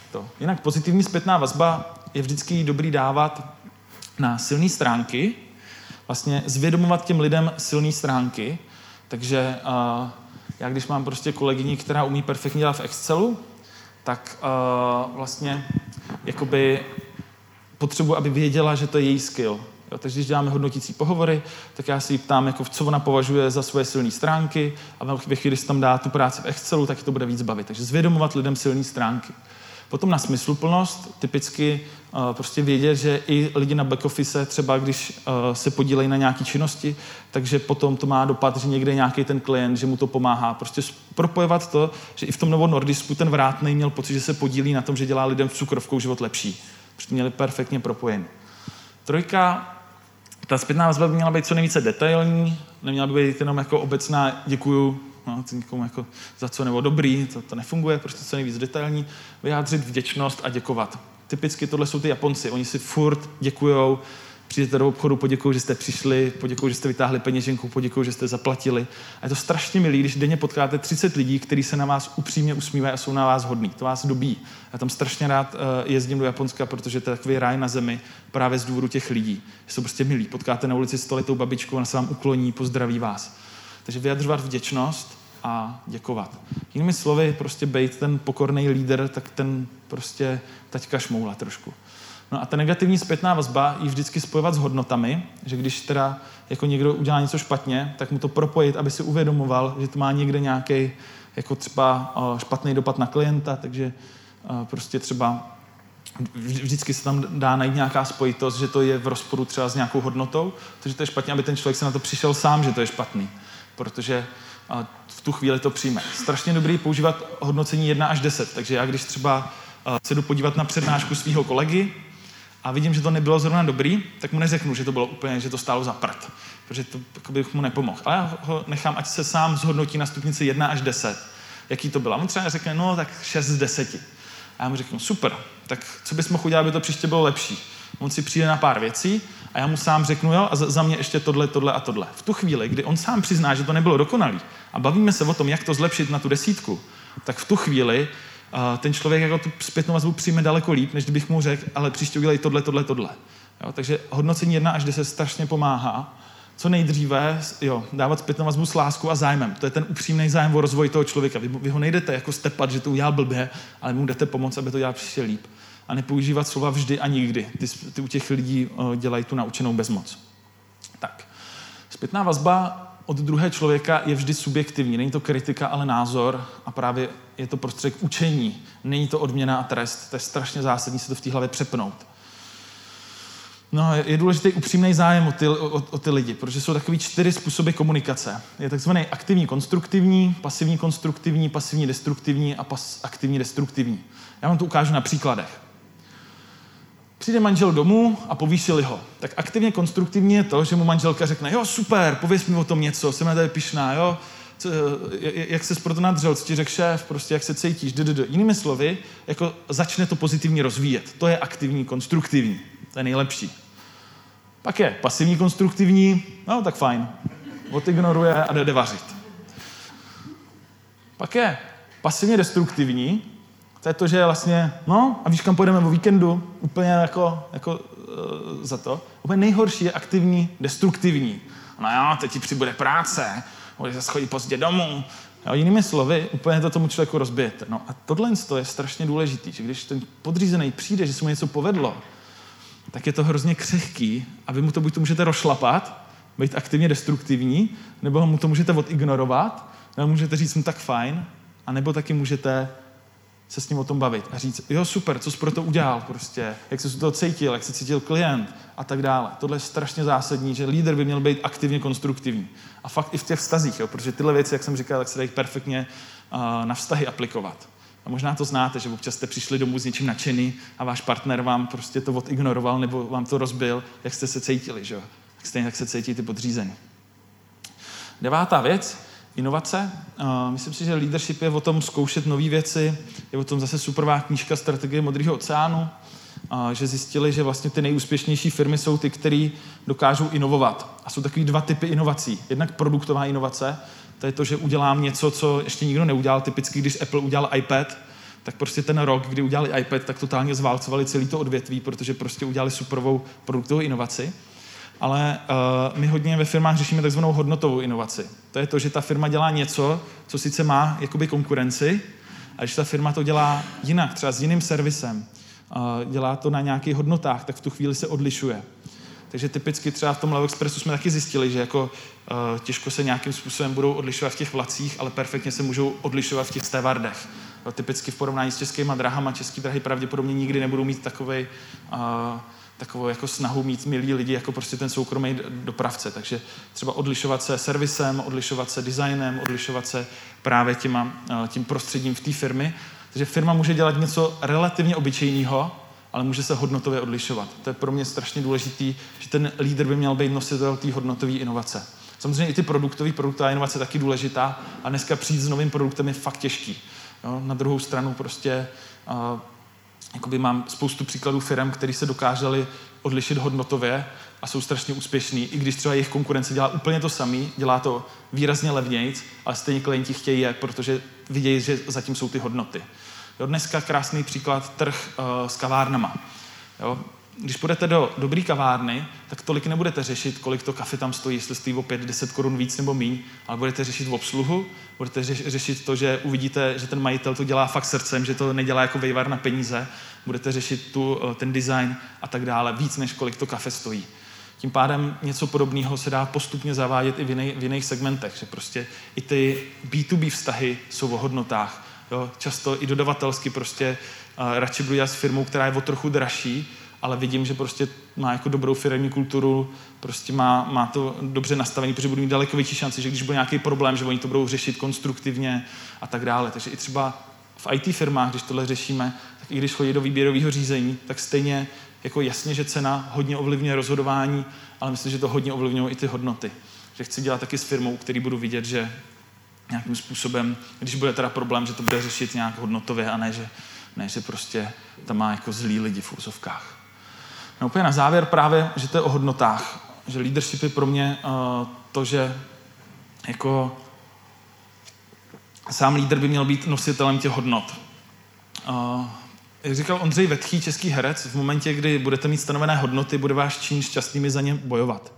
[SPEAKER 1] to. Jinak pozitivní zpětná vazba je vždycky dobrý dávat na silné stránky, vlastně zvědomovat těm lidem silné stránky, takže uh, já když mám prostě kolegyni, která umí perfektně dělat v Excelu, tak uh, vlastně jakoby potřebuji, aby věděla, že to je její skill. Jo, takže když děláme hodnotící pohovory, tak já si ji ptám, jako, co ona považuje za svoje silné stránky a ve chvíli, když tam dá tu práci v Excelu, tak to bude víc bavit. Takže zvědomovat lidem silné stránky. Potom na smysluplnost, typicky uh, prostě vědět, že i lidi na back office, třeba když uh, se podílejí na nějaké činnosti, takže potom to má dopad, že někde nějaký ten klient, že mu to pomáhá. Prostě propojovat to, že i v tom Novo Nordisku ten vrátnej měl pocit, že se podílí na tom, že dělá lidem cukrovkou život lepší. Protože měli perfektně propojený. Trojka, ta zpětná vazba by měla být co nejvíce detailní, neměla by být jenom jako obecná děkuju, no, někomu jako za co nebo dobrý, to, to nefunguje, prostě co nejvíc detailní, vyjádřit vděčnost a děkovat. Typicky tohle jsou ty Japonci, oni si furt děkujou, přijdete do obchodu, poděkuju, že jste přišli, poděkuju, že jste vytáhli peněženku, poděkuju, že jste zaplatili. A je to strašně milý, když denně potkáte třicet lidí, kteří se na vás upřímně usmívají a jsou na vás hodní. To vás dobíjí. Já tam strašně rád uh, jezdím do Japonska, protože to je takový ráj na zemi právě z důvodu těch lidí. Jsou prostě milí. Potkáte na ulici stoletou babičku, ona se vám ukloní, pozdraví vás. Takže vyjadřovat vděčnost a děkovat. Jinými slovy, prostě bejt ten pokorný lídr, tak ten prostě taťka šmoula trošku. No a ta negativní zpětná vazba ji vždycky spojovat s hodnotami, že když teda jako někdo udělá něco špatně, tak mu to propojit, aby si uvědomoval, že to má někde nějaký jako třeba špatný dopad na klienta, takže prostě třeba vždycky se tam dá najít nějaká spojitost, že to je v rozporu třeba s nějakou hodnotou, takže to je špatně, aby ten člověk se na to přišel sám, že to je špatný, protože v tu chvíli to přijme. Strašně dobrý používat hodnocení jedna až deset, takže já když třeba se jdu podívat na přednášku svého kolegy a vidím, že to nebylo zrovna dobrý, tak mu neřeknu, že to bylo úplně, že to stálo za prd, protože to bych mu nepomohl. Ale já ho nechám, ať se sám zhodnotí na stupnici jedna až deset, jaký to bylo. A on třeba řekne, no tak šest z deseti. A já mu řeknu, super, tak co bys mohl udělat, aby to příště bylo lepší? On si přijde na pár věcí a já mu sám řeknu, jo, a za mě ještě tohle, tohle a tohle. V tu chvíli, kdy on sám přizná, že to nebylo dokonalý a bavíme se o tom, jak to zlepšit na tu desítku, tak v tu chvíli uh, ten člověk jako tu zpětnou vazbu přijme daleko líp, než kdybych mu řekl, ale příště udělej tohle, tohle, tohle. Jo, takže hodnocení jedna až deset strašně pomáhá. Co nejdříve, jo, dávat zpětnou vazbu s láskou a zájmem. To je ten upřímný zájem o rozvoj toho člověka. Vy, vy ho nejdete jako stepat, že to udělal blbě, ale mu jdete pomoct, aby to dělal příště líp. A nepoužívat slova vždy a nikdy. Ty, ty u těch lidí uh, dělají tu naučenou bezmoc. Tak. Zpětná vazba od druhé člověka je vždy subjektivní. Není to kritika, ale názor a právě je to prostředek učení. Není to odměna a trest. To je strašně zásadní se to v té hlavě přepnout. No, je důležitý upřímný zájem o ty, o, o ty lidi, protože jsou takový čtyři způsoby komunikace. Je takzvaný aktivní konstruktivní, pasivní konstruktivní, pasivní destruktivní a pas, aktivní destruktivní. Já vám to ukážu na příkladech. Přijde manžel domů a povýšili ho. Tak aktivně konstruktivní je to, že mu manželka řekne, jo, super, pověz mi o tom něco, jsem na tebe pyšná, jo, co, jak ses proto nadřel, co ti řekl šéf, prostě jak se cítíš, d, d, d. Jinými slovy, jako začne to pozitivně rozvíjet. To je aktivní konstruktivní, to je nejlepší. Pak je pasivní konstruktivní, no tak fajn, odignoruje a jde vařit. Pak je pasivně destruktivní, to je to, že vlastně, no a víš, kam pojedeme o víkendu, úplně jako, jako uh, za to. Úplně nejhorší je aktivní, destruktivní. No jo, teď ti přibude práce, budeš se schodit pozdě domů. Jo, jinými slovy, úplně to tomu člověku rozbijete. No a tohle je strašně důležitý, že když ten podřízený přijde, že se mu něco povedlo, tak je to hrozně křehký a vy mu to buď to můžete rozšlapat, být aktivně destruktivní, nebo mu to můžete odignorovat, nebo můžete říct mu tak fajn, a nebo taky můžete se s ním o tom bavit a říct, jo super, co jsi pro to udělal prostě, jak jsi se toho cítil, jak se cítil klient a tak dále. Tohle je strašně zásadní, že lídr by měl být aktivně konstruktivní. A fakt i v těch vztazích, jo, protože tyhle věci, jak jsem říkal, tak se dají perfektně uh, na vztahy aplikovat. A možná to znáte, že občas jste přišli domů s něčím nadšený a váš partner vám prostě to odignoroval nebo vám to rozbil, jak jste se cítili, že jo? Tak stejně tak se cítí ty podřízení. Devátá věc, inovace. Uh, myslím si, že leadership je o tom zkoušet nové věci, je o tom zase superová knížka Strategie modrého oceánu, uh, že zjistili, že vlastně ty nejúspěšnější firmy jsou ty, které dokážou inovovat. A jsou takový dva typy inovací. Jednak produktová inovace, to je to, že udělám něco, co ještě nikdo neudělal. Typicky, když Apple udělal iPad, tak prostě ten rok, kdy udělali iPad, tak totálně zválcovali celý to odvětví, protože prostě udělali superovou produktovou inovaci. Ale uh, my hodně ve firmách řešíme takzvanou hodnotovou inovaci. To je to, že ta firma dělá něco, co sice má jakoby konkurenci, a když ta firma to dělá jinak, třeba s jiným servisem, uh, dělá to na nějakých hodnotách, tak v tu chvíli se odlišuje. Takže typicky třeba v tom Leo Expressu jsme taky zjistili, že jako uh, těžko se nějakým způsobem budou odlišovat v těch vlacích, ale perfektně se můžou odlišovat v těch stevardech. Jo, typicky v porovnání s českýma drahama, české drahy pravděpodobně nikdy nebudou mít takovej, uh, takovou jako snahu mít milí lidi jako prostě ten soukromý dopravce. Takže třeba odlišovat se servisem, odlišovat se designem, odlišovat se právě těma, uh, tím prostředím v té firmy. Takže firma může dělat něco relativně obyčejného, ale může se hodnotově odlišovat. To je pro mě strašně důležitý, že ten lídr by měl být nositel té hodnotové inovace. Samozřejmě i ty produktové, produktová inovace je taky důležitá a dneska přijít s novým produktem je fakt těžký. Jo? Na druhou stranu prostě uh, jakoby mám spoustu příkladů firm, které se dokážely odlišit hodnotově a jsou strašně úspěšný, i když třeba jejich konkurence dělá úplně to samý, dělá to výrazně levnějc, ale stejně klienti chtějí je, protože vidějí, že zatím jsou ty hodnoty. Jo, dneska krásný příklad trh uh, s kavárnama. Jo, když půjdete do dobré kavárny, tak tolik nebudete řešit, kolik to kafe tam stojí, jestli stojí o pět deset korun víc nebo míň, ale budete řešit obsluhu, budete řešit to, že uvidíte, že ten majitel to dělá fakt srdcem, že to nedělá jako vejvar na peníze, budete řešit tu, uh, ten design a tak dále, víc než kolik to kafe stojí. Tím pádem něco podobného se dá postupně zavádět i v, jinej, v jiných segmentech, že prostě i ty bé dvě bé vztahy jsou o hodnotách. Jo, často i dodavatelsky prostě uh, radši budu dělat s firmou, která je o trochu dražší, ale vidím, že prostě má jako dobrou firemní kulturu, prostě má, má to dobře nastavený, protože budu mít daleko větší šanci, že když bude nějaký problém, že oni to budou řešit konstruktivně a tak dále. Takže i třeba v í té firmách, když tohle řešíme, tak i když chodí do výběrového řízení, tak stejně jako jasně, že cena hodně ovlivňuje rozhodování, ale myslím, že to hodně ovlivňují i ty hodnoty. Že chci dělat taky s firmou, který budu vidět, že nějakým způsobem, když bude teda problém, že to bude řešit nějak hodnotově a ne, že, ne, že prostě tam má jako zlý lidi v úzovkách. No úplně na závěr právě, že to je o hodnotách. Že leadership je pro mě uh, to, že jako sám lídr by měl být nositelem těch hodnot. Uh, jak říkal Ondřej Vetchý, český herec, v momentě, kdy budete mít stanovené hodnoty, bude váš čin šťastnými za ně bojovat.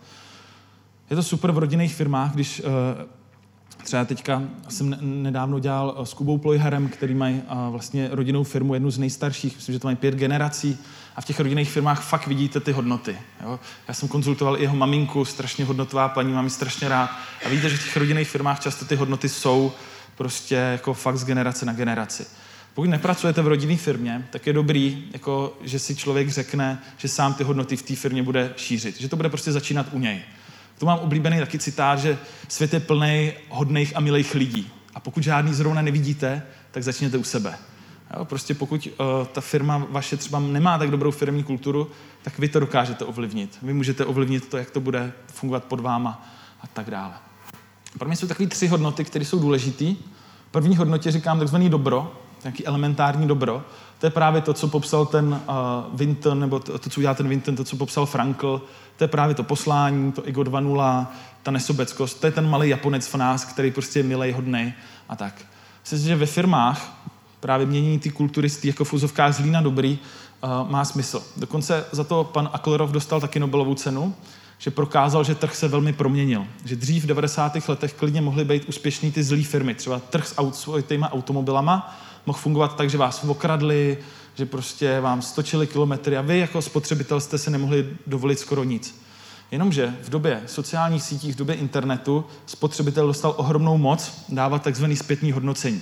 [SPEAKER 1] Je to super v rodinných firmách, když uh, třeba teďka jsem nedávno dělal s Kubou Plojharem, který mají vlastně rodinnou firmu, jednu z nejstarších, myslím, že to mají pět generací a v těch rodinných firmách fakt vidíte ty hodnoty. Jo? Já jsem konzultoval i jeho maminku, strašně hodnotová paní, mám ji strašně rád a vidíte, že v těch rodinných firmách často ty hodnoty jsou prostě jako fakt z generace na generaci. Pokud nepracujete v rodinné firmě, tak je dobrý, jako, že si člověk řekne, že sám ty hodnoty v té firmě bude šířit, že to bude prostě začínat u něj. To mám oblíbený taky citát, že svět je plný hodných a milých lidí. A pokud žádný zrovna nevidíte, tak začněte u sebe. Jo, prostě pokud uh, ta firma vaše třeba nemá tak dobrou firemní kulturu, tak vy to dokážete ovlivnit. Vy můžete ovlivnit to, jak to bude fungovat pod váma a tak dále. Pro mě jsou takové tři hodnoty, které jsou důležitý. První hodnotě říkám takzvaný dobro, nějaký elementární dobro. To je právě to, co popsal ten uh, Winton, nebo to, to, co udělal ten Winton, to, co popsal Frankl. To je právě to poslání, to ego dva nula, ta nesobeckost. To je ten malý Japonec v nás, který prostě je milej, hodnej a tak. Myslím si, že ve firmách právě měnění ty kultury z jako v úzovkách zlý na dobrý uh, má smysl. Dokonce za to pan Aklerov dostal taky Nobelovu cenu, že prokázal, že trh se velmi proměnil. Že dřív v devadesátých letech klidně mohly být úspěšný ty zlý firmy. Třeba trh s aut, svojitýma automobilama mohl fungovat tak, že vás okradli, že prostě vám stočili kilometry a vy jako spotřebitel jste se nemohli dovolit skoro nic. Jenomže v době sociálních sítí, v době internetu spotřebitel dostal ohromnou moc dávat takzvaný zpětný hodnocení.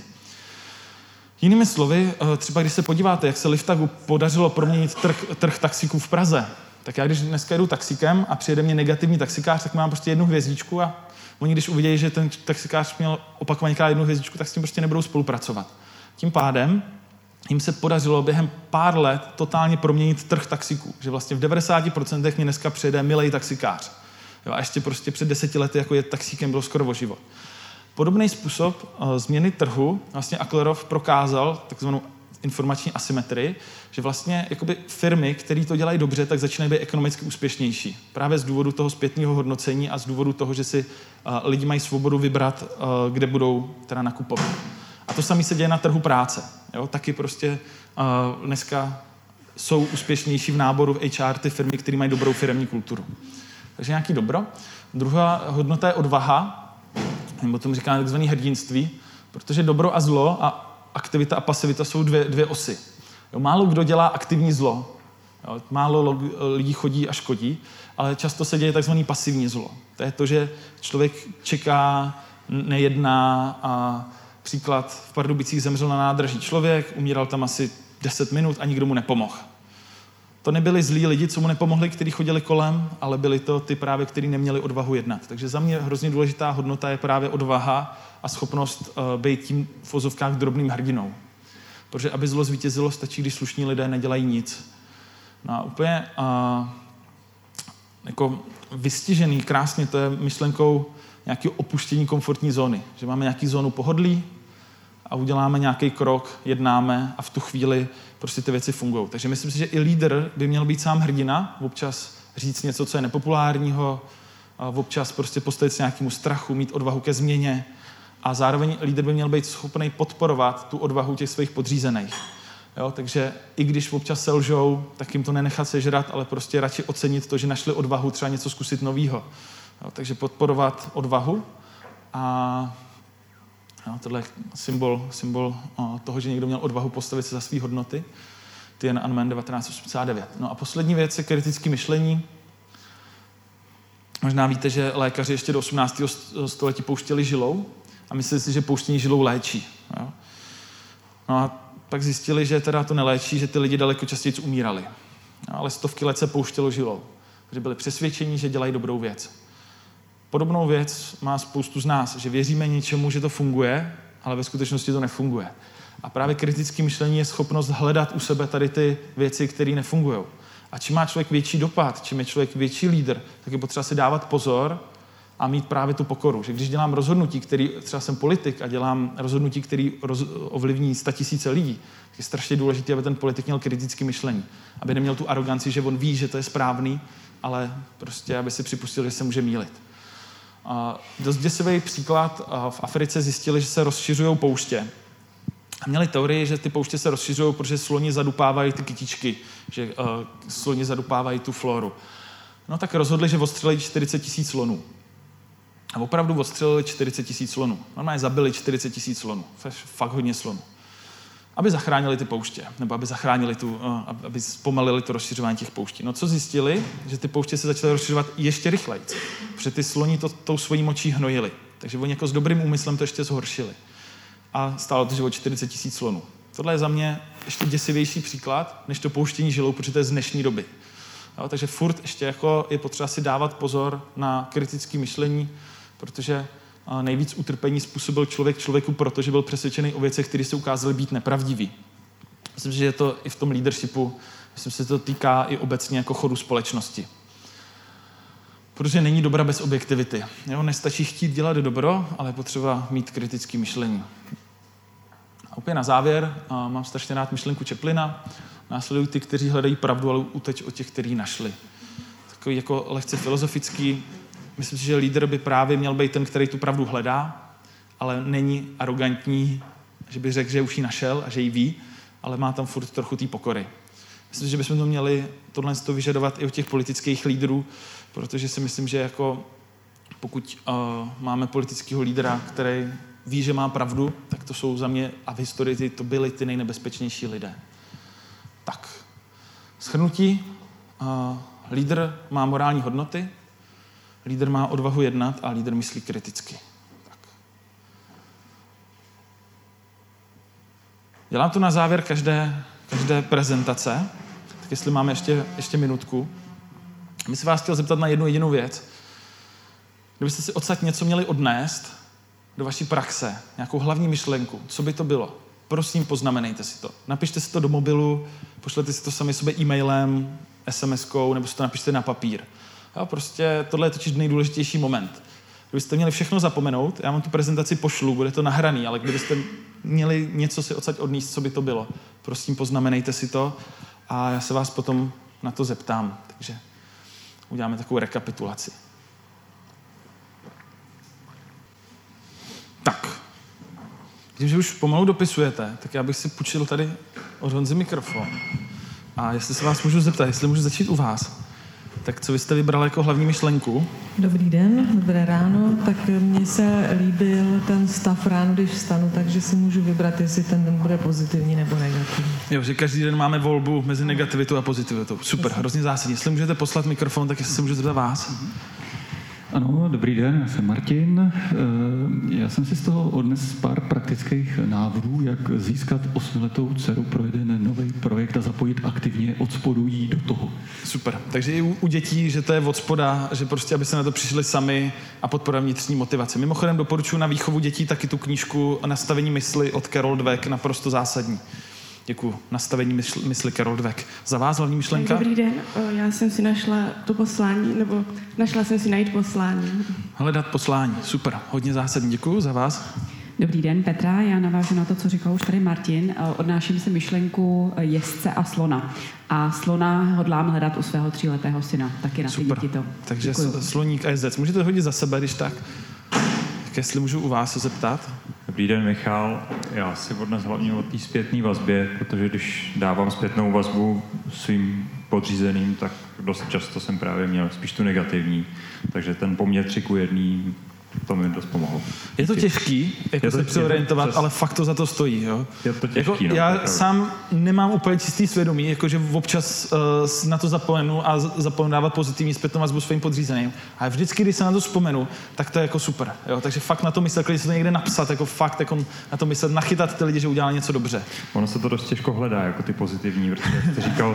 [SPEAKER 1] Jinými slovy, třeba když se podíváte, jak se Liftagu podařilo proměnit trh, trh taxíků v Praze, tak já když dneska jedu taxíkem a přijede mě negativní taxikář, tak mám prostě jednu hvězdičku a oni když uvidějí, že ten taxikář měl opakovaně jednu hvězdičku, tak s tím prostě nebudou spolupracovat. Tím pádem jim se podařilo během pár let totálně proměnit trh taxíků. Že vlastně v devadesáti procentech mě dneska přijede milej taxikář. Jo, a ještě prostě před deseti lety jako je taxíkem bylo skoro o život. Podobný způsob uh, změny trhu vlastně Aklerov prokázal takzvanou informační asymetrii, že vlastně jakoby firmy, které to dělají dobře, tak začínají být ekonomicky úspěšnější. Právě z důvodu toho zpětného hodnocení a z důvodu toho, že si uh, lidi mají svobodu vybrat, uh, kde budou teda nakupovat. A to samé se děje na trhu práce. Jo? Taky prostě uh, dneska jsou úspěšnější v náboru v H R ty firmy, které mají dobrou firemní kulturu. Takže nějaký dobro. Druhá hodnota je odvaha, nebo tomu říkáme takzvané hrdinství, protože dobro a zlo a aktivita a pasivita jsou dvě, dvě osy. Jo, málo kdo dělá aktivní zlo. Jo, málo lidí chodí a škodí, ale často se děje takzvané pasivní zlo. To je to, že člověk čeká, nejedná a příklad v Pardubicích zemřel na nádraží člověk, umíral tam asi deset minut a nikdo mu nepomohl. To nebyli zlí lidi, co mu nepomohli, kteří chodili kolem, ale byli to ty právě, kteří neměli odvahu jednat. Takže za mě hrozně důležitá hodnota je právě odvaha a schopnost uh, být tím v ozovkách drobným hrdinou. Protože aby zlo zvítězilo, stačí, když slušní lidé nedělají nic. No a úplně uh, jako vystižený krásně, to je myšlenkou nějakého opuštění komfortní zóny. Že máme nějaký zónu pohodlí a uděláme nějaký krok, jednáme a v tu chvíli prostě ty věci fungují. Takže myslím si, že i lídr by měl být sám hrdina, občas říct něco, co je nepopulárního, občas prostě postavit se nějakému strachu, mít odvahu ke změně a zároveň lídr by měl být schopný podporovat tu odvahu těch svých podřízených. Jo, takže i když občas selžou, tak jim to nenechat sežrat, ale prostě radši ocenit to, že našli odvahu třeba něco zkusit novýho. Jo, takže podporovat odvahu a jo, tohle je symbol, symbol o, toho, že někdo měl odvahu postavit se za svý hodnoty. Tiananmen devatenáct osmdesát devět. No a poslední věc je kritické myšlení. Možná víte, že lékaři ještě do osmnáctého století pouštěli žilou a mysleli si, že pouštění žilou léčí. Jo. No a pak zjistili, že teda to neléčí, že ty lidi daleko častěji umírali. No, ale stovky let se pouštělo žilou. Že byli přesvědčeni, že dělají dobrou věc. Podobnou věc má spoustu z nás, že věříme něčemu, že to funguje, ale ve skutečnosti to nefunguje. A právě kritické myšlení je schopnost hledat u sebe tady ty věci, které nefungují. A čím má člověk větší dopad, čím je člověk větší lídr, tak je potřeba si dávat pozor a mít právě tu pokoru. Že když dělám rozhodnutí, který, třeba jsem politik a dělám rozhodnutí, který roz, ovlivní statisíce lidí, tak je strašně důležité, aby ten politik měl kritické myšlení. Aby neměl tu aroganci, že on ví, že to je správný, ale prostě, aby si připustil, že se může mýlit. A dost děsivý příklad, v Africe zjistili, že se rozšiřují pouště. A měli teorii, že ty pouště se rozšiřují, protože sloni zadupávají ty kytičky, že uh, sloni zadupávají tu floru. No tak rozhodli, že odstřelí čtyřicet tisíc slonů. A opravdu odstřelili čtyřicet tisíc slonů. Normálně zabili čtyřicet tisíc slonů. Fakt hodně slonů. Aby zachránili ty pouště, nebo aby zachránili tu, uh, aby zpomalili to rozšiřování těch pouští. No co zjistili? Že ty pouště se začaly rozšiřovat ještě rychleji, protože ty sloni to tou svojí močí hnojili. Takže oni jako s dobrým úmyslem to ještě zhoršili. A stálo to život čtyřicet tisíc slonů. Tohle je za mě ještě děsivější příklad, než to pouštění žilou, protože to je z dnešní doby. Jo, takže furt ještě jako je potřeba si dávat pozor na kritické myšlení, protože nejvíc utrpení způsobil člověk člověku, protože byl přesvědčený o věcech, které se ukázaly být nepravdivý. Myslím, že je to i v tom leadershipu, myslím, že se to týká i obecně jako chodu společnosti. Protože není dobra bez objektivity. Jo, nestačí chtít dělat dobro, ale je potřeba mít kritické myšlení. A úplně na závěr a mám strašně rád myšlenku Chaplina. Následují ty, kteří hledají pravdu, ale uteč od těch, kteří našli. Takový jako lehce filozofický. Myslím si, že lídr by právě měl být ten, který tu pravdu hledá, ale není arrogantní, že by řekl, že už ji našel a že ji ví, ale má tam furt trochu té pokory. Myslím, že bychom to měli tohle vyžadovat i od těch politických lídrů, protože si myslím, že jako pokud uh, máme politického lídra, který ví, že má pravdu, tak to jsou za mě a v historii to byli ty nejnebezpečnější lidé. Tak, shrnutí. Uh, lídr má morální hodnoty, lídr má odvahu jednat a lídr myslí kriticky. Tak. Dělám to na závěr každé, každé prezentace, tak jestli máme ještě, ještě minutku. My se vás chtěl zeptat na jednu jedinou věc. Kdybyste si odsaď něco měli odnést do vaší praxe, nějakou hlavní myšlenku, co by to bylo? Prosím, poznamenejte si to. Napište si to do mobilu, pošlete si to sami sobě e-mailem, es em eskou, nebo si to napište na papír. Jo, prostě tohle je totiž nejdůležitější moment. Kdybyste měli všechno zapomenout, já vám tu prezentaci pošlu, bude to nahraný, ale kdybyste měli něco si odsaď odníst, co by to bylo? Prosím, poznamenejte si to a já se vás potom na to zeptám. Takže uděláme takovou rekapitulaci. Tak. Vidím, že už pomalu dopisujete, tak já bych si půjčil tady od Honzy mikrofon. A jestli se vás můžu zeptat, jestli můžu začít u vás, tak co vy jste vybrali jako hlavní myšlenku?
[SPEAKER 2] Dobrý den, dobré ráno. Tak mně se líbil ten stav ráno, když vstanu, takže si můžu vybrat, jestli ten den bude pozitivní nebo negativní.
[SPEAKER 1] Jo, že každý den máme volbu mezi negativitou a pozitivitou. Super, hrozně zásadní. Jestli můžete poslat mikrofon, tak jestli se můžu zeptat vás.
[SPEAKER 3] Ano, dobrý den, já jsem Martin. Já jsem si z toho odnes pár praktických návrhů, jak získat osmiletou dceru pro jeden nový projekt a zapojit aktivně od spodu jí do toho.
[SPEAKER 1] Super, takže i u, u dětí, že to je od spoda, že prostě, aby se na to přišli sami a podpora vnitřní motivace. Mimochodem doporučuji na výchovu dětí taky tu knížku Nastavení mysli od Carol Dweck, naprosto zásadní. Děkuju. Nastavení mysl, mysli Carol Dweck. Za vás hlavní myšlenka?
[SPEAKER 4] Dobrý den, já jsem si našla to poslání, nebo našla jsem si najít poslání.
[SPEAKER 1] Hledat poslání, super, hodně zásadní. Děkuju. Za vás?
[SPEAKER 5] Dobrý den, Petra, já navážu na to, co říkal už tady Martin. Odnáším si myšlenku jezdce a slona. A slona hodlám hledat u svého tříletého syna. Taky na ty děti to.
[SPEAKER 1] Takže
[SPEAKER 5] Děkuju.
[SPEAKER 1] sloník a jezdec. Můžete hodit za sebe, když tak? Tak jestli můžu u vás se zeptat?
[SPEAKER 6] Dobrý den, Michal. Já si odnes hlavně o té zpětné vazbě, protože když dávám zpětnou vazbu svým podřízeným, tak dost často jsem právě měl spíš tu negativní. Takže ten poměr tři ku jedný, to mi dost pomohlo.
[SPEAKER 1] Je to těžký, jako
[SPEAKER 6] je to,
[SPEAKER 1] se přeorientovat,
[SPEAKER 6] přes...
[SPEAKER 1] ale fakt to za to stojí. Jo?
[SPEAKER 6] Je to těžký,
[SPEAKER 1] jako,
[SPEAKER 6] no,
[SPEAKER 1] já
[SPEAKER 6] to
[SPEAKER 1] sám nemám úplně čistý svědomí, jakože občas uh, na to zapomenu a zapomenu dávat pozitivní zpětnou vazbu svým podřízeným. Ale vždycky, když se na to vzpomenu, tak to je jako super. Jo? Takže fakt na to myslet, když se to někde napsat, jako fakt jako na to myslet, nachytat ty lidi, že udělali něco dobře.
[SPEAKER 6] Ono se to dost těžko hledá, jako ty pozitivní, protože jste říkal...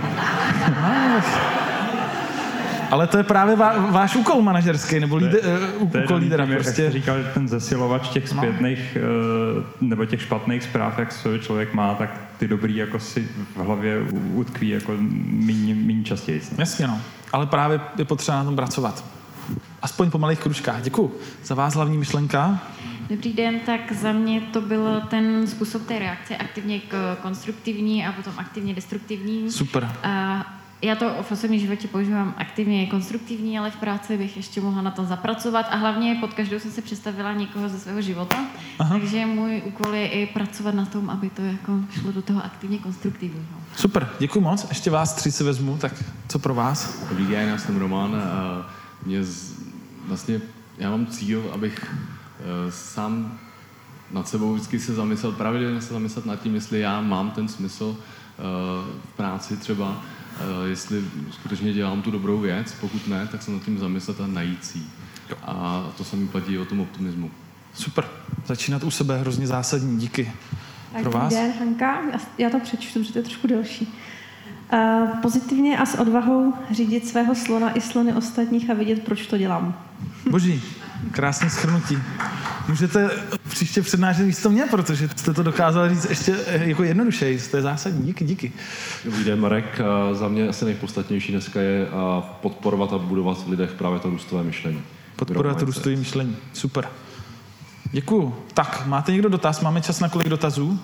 [SPEAKER 1] Ale to je právě vá, váš úkol manažerský, nebo líde, uh, úkol lídera.
[SPEAKER 6] Prostě. Jak jsi říkal, že ten zesilovač těch zpětných, no. uh, nebo těch špatných zpráv, jak svůj člověk má, tak ty dobrý jako si v hlavě utkví jako méně častěji.
[SPEAKER 1] Jasně, no. Ale právě je potřeba na tom pracovat. Aspoň po malých kručkách. Děkuju. Za vás hlavní myšlenka?
[SPEAKER 7] Dobrý den, tak za mě to byl ten způsob té reakce, aktivně konstruktivní a potom aktivně destruktivní.
[SPEAKER 1] Super.
[SPEAKER 7] A já to v osobním životě používám aktivně konstruktivní, ale v práci bych ještě mohla na tom zapracovat a hlavně pod každou jsem se představila někoho ze svého života, Aha. takže můj úkol je i pracovat na tom, aby to jako šlo do toho aktivně konstruktivního.
[SPEAKER 1] Super, děkuji moc. Ještě vás tři si vezmu, tak co pro vás?
[SPEAKER 8] Dobrý den, já jsem Roman a mě z, vlastně, já mám cíl, abych uh, sám nad sebou vždycky se zamyslel, pravidelně se zamyslet nad tím, jestli já mám ten smysl uh, v práci třeba, uh, jestli skutečně dělám tu dobrou věc, pokud ne, tak se nad tím zamyslet a najít si. A to se mi platí o tom optimismu.
[SPEAKER 1] Super, začínat u sebe hrozně zásadní, díky.
[SPEAKER 9] Tak
[SPEAKER 1] pro vás?
[SPEAKER 9] Den, Hanka, já, já to přečtu, protože to je trošku delší. Uh, pozitivně a s odvahou řídit svého slona i slony ostatních a vidět, proč to dělám.
[SPEAKER 1] Boží, krásné shrnutí. Můžete příště přednášet místo mě, protože jste to dokázal říct ještě jako jednodušeji. To je zásadní. Díky, díky.
[SPEAKER 8] Dobrý den, Marek. Za mě asi nejpodstatnější dneska je podporovat a budovat v lidech právě to růstové myšlení.
[SPEAKER 1] Podporovat růstové myšlení. Super. Děkuju. Tak, máte někdo dotaz? Máme čas na kolik dotazů?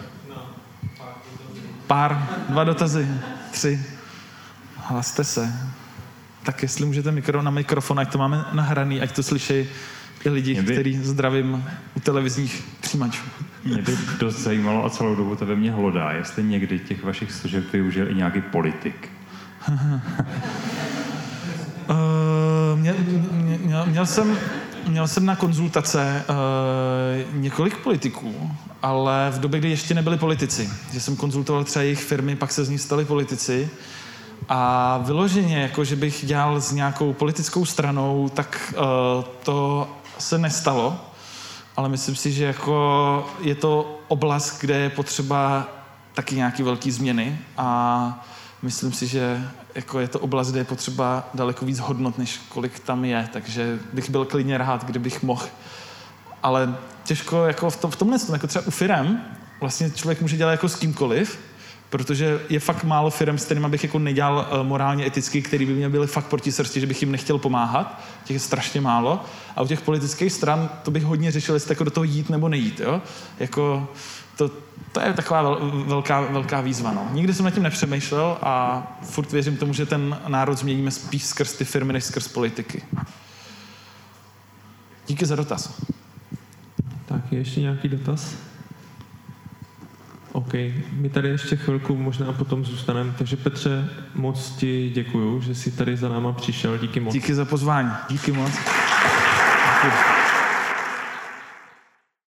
[SPEAKER 1] Pár, dva dotazy, tři. Hlaste se. Tak jestli můžete mikro, na mikrofon, ať to máme nahraný, ať to slyší i lidi, by, který zdravím u televizních přijímačů.
[SPEAKER 6] Mě by dost zajímalo a celou dobu to ve mně hlodá, jestli někdy těch vašich služeb využil i nějaký politik.
[SPEAKER 1] uh, mě, mě, měl, měl jsem... Měl jsem na konzultace uh, několik politiků, ale v době, kdy ještě nebyli politici. Že jsem konzultoval třeba jejich firmy, pak se z nich stali politici. A vyloženě, jako že bych dělal s nějakou politickou stranou, tak uh, to se nestalo. Ale myslím si, že jako je to oblast, kde je potřeba taky nějaký velký změny. A myslím si, že jako je to oblast, kde je potřeba daleko víc hodnot, než kolik tam je, takže bych byl klidně rád, kdybych mohl. Ale těžko jako v, tom, v tomhle, jako třeba u firem, vlastně člověk může dělat jako s kýmkoliv, protože je fakt málo firem, s kterými bych jako nedělal uh, morálně eticky, který by mě byly fakt proti srsti, že bych jim nechtěl pomáhat. Těch je strašně málo. A u těch politických stran to bych hodně řešil, jestli jako do toho jít nebo nejít. Jo? Jako to, to je taková vel, velká, velká výzva. No. Nikdy jsem nad tím nepřemýšlel a furt věřím tomu, že ten národ změníme spíš skrz ty firmy, než skrz politiky. Díky za dotaz.
[SPEAKER 10] Tak je ještě nějaký dotaz? my tady ještě chvilku možná potom zůstaneme, takže Petře, moc ti děkuju, že jsi tady za náma přišel, díky moc.
[SPEAKER 1] Díky za pozvání, díky moc. Děkuji.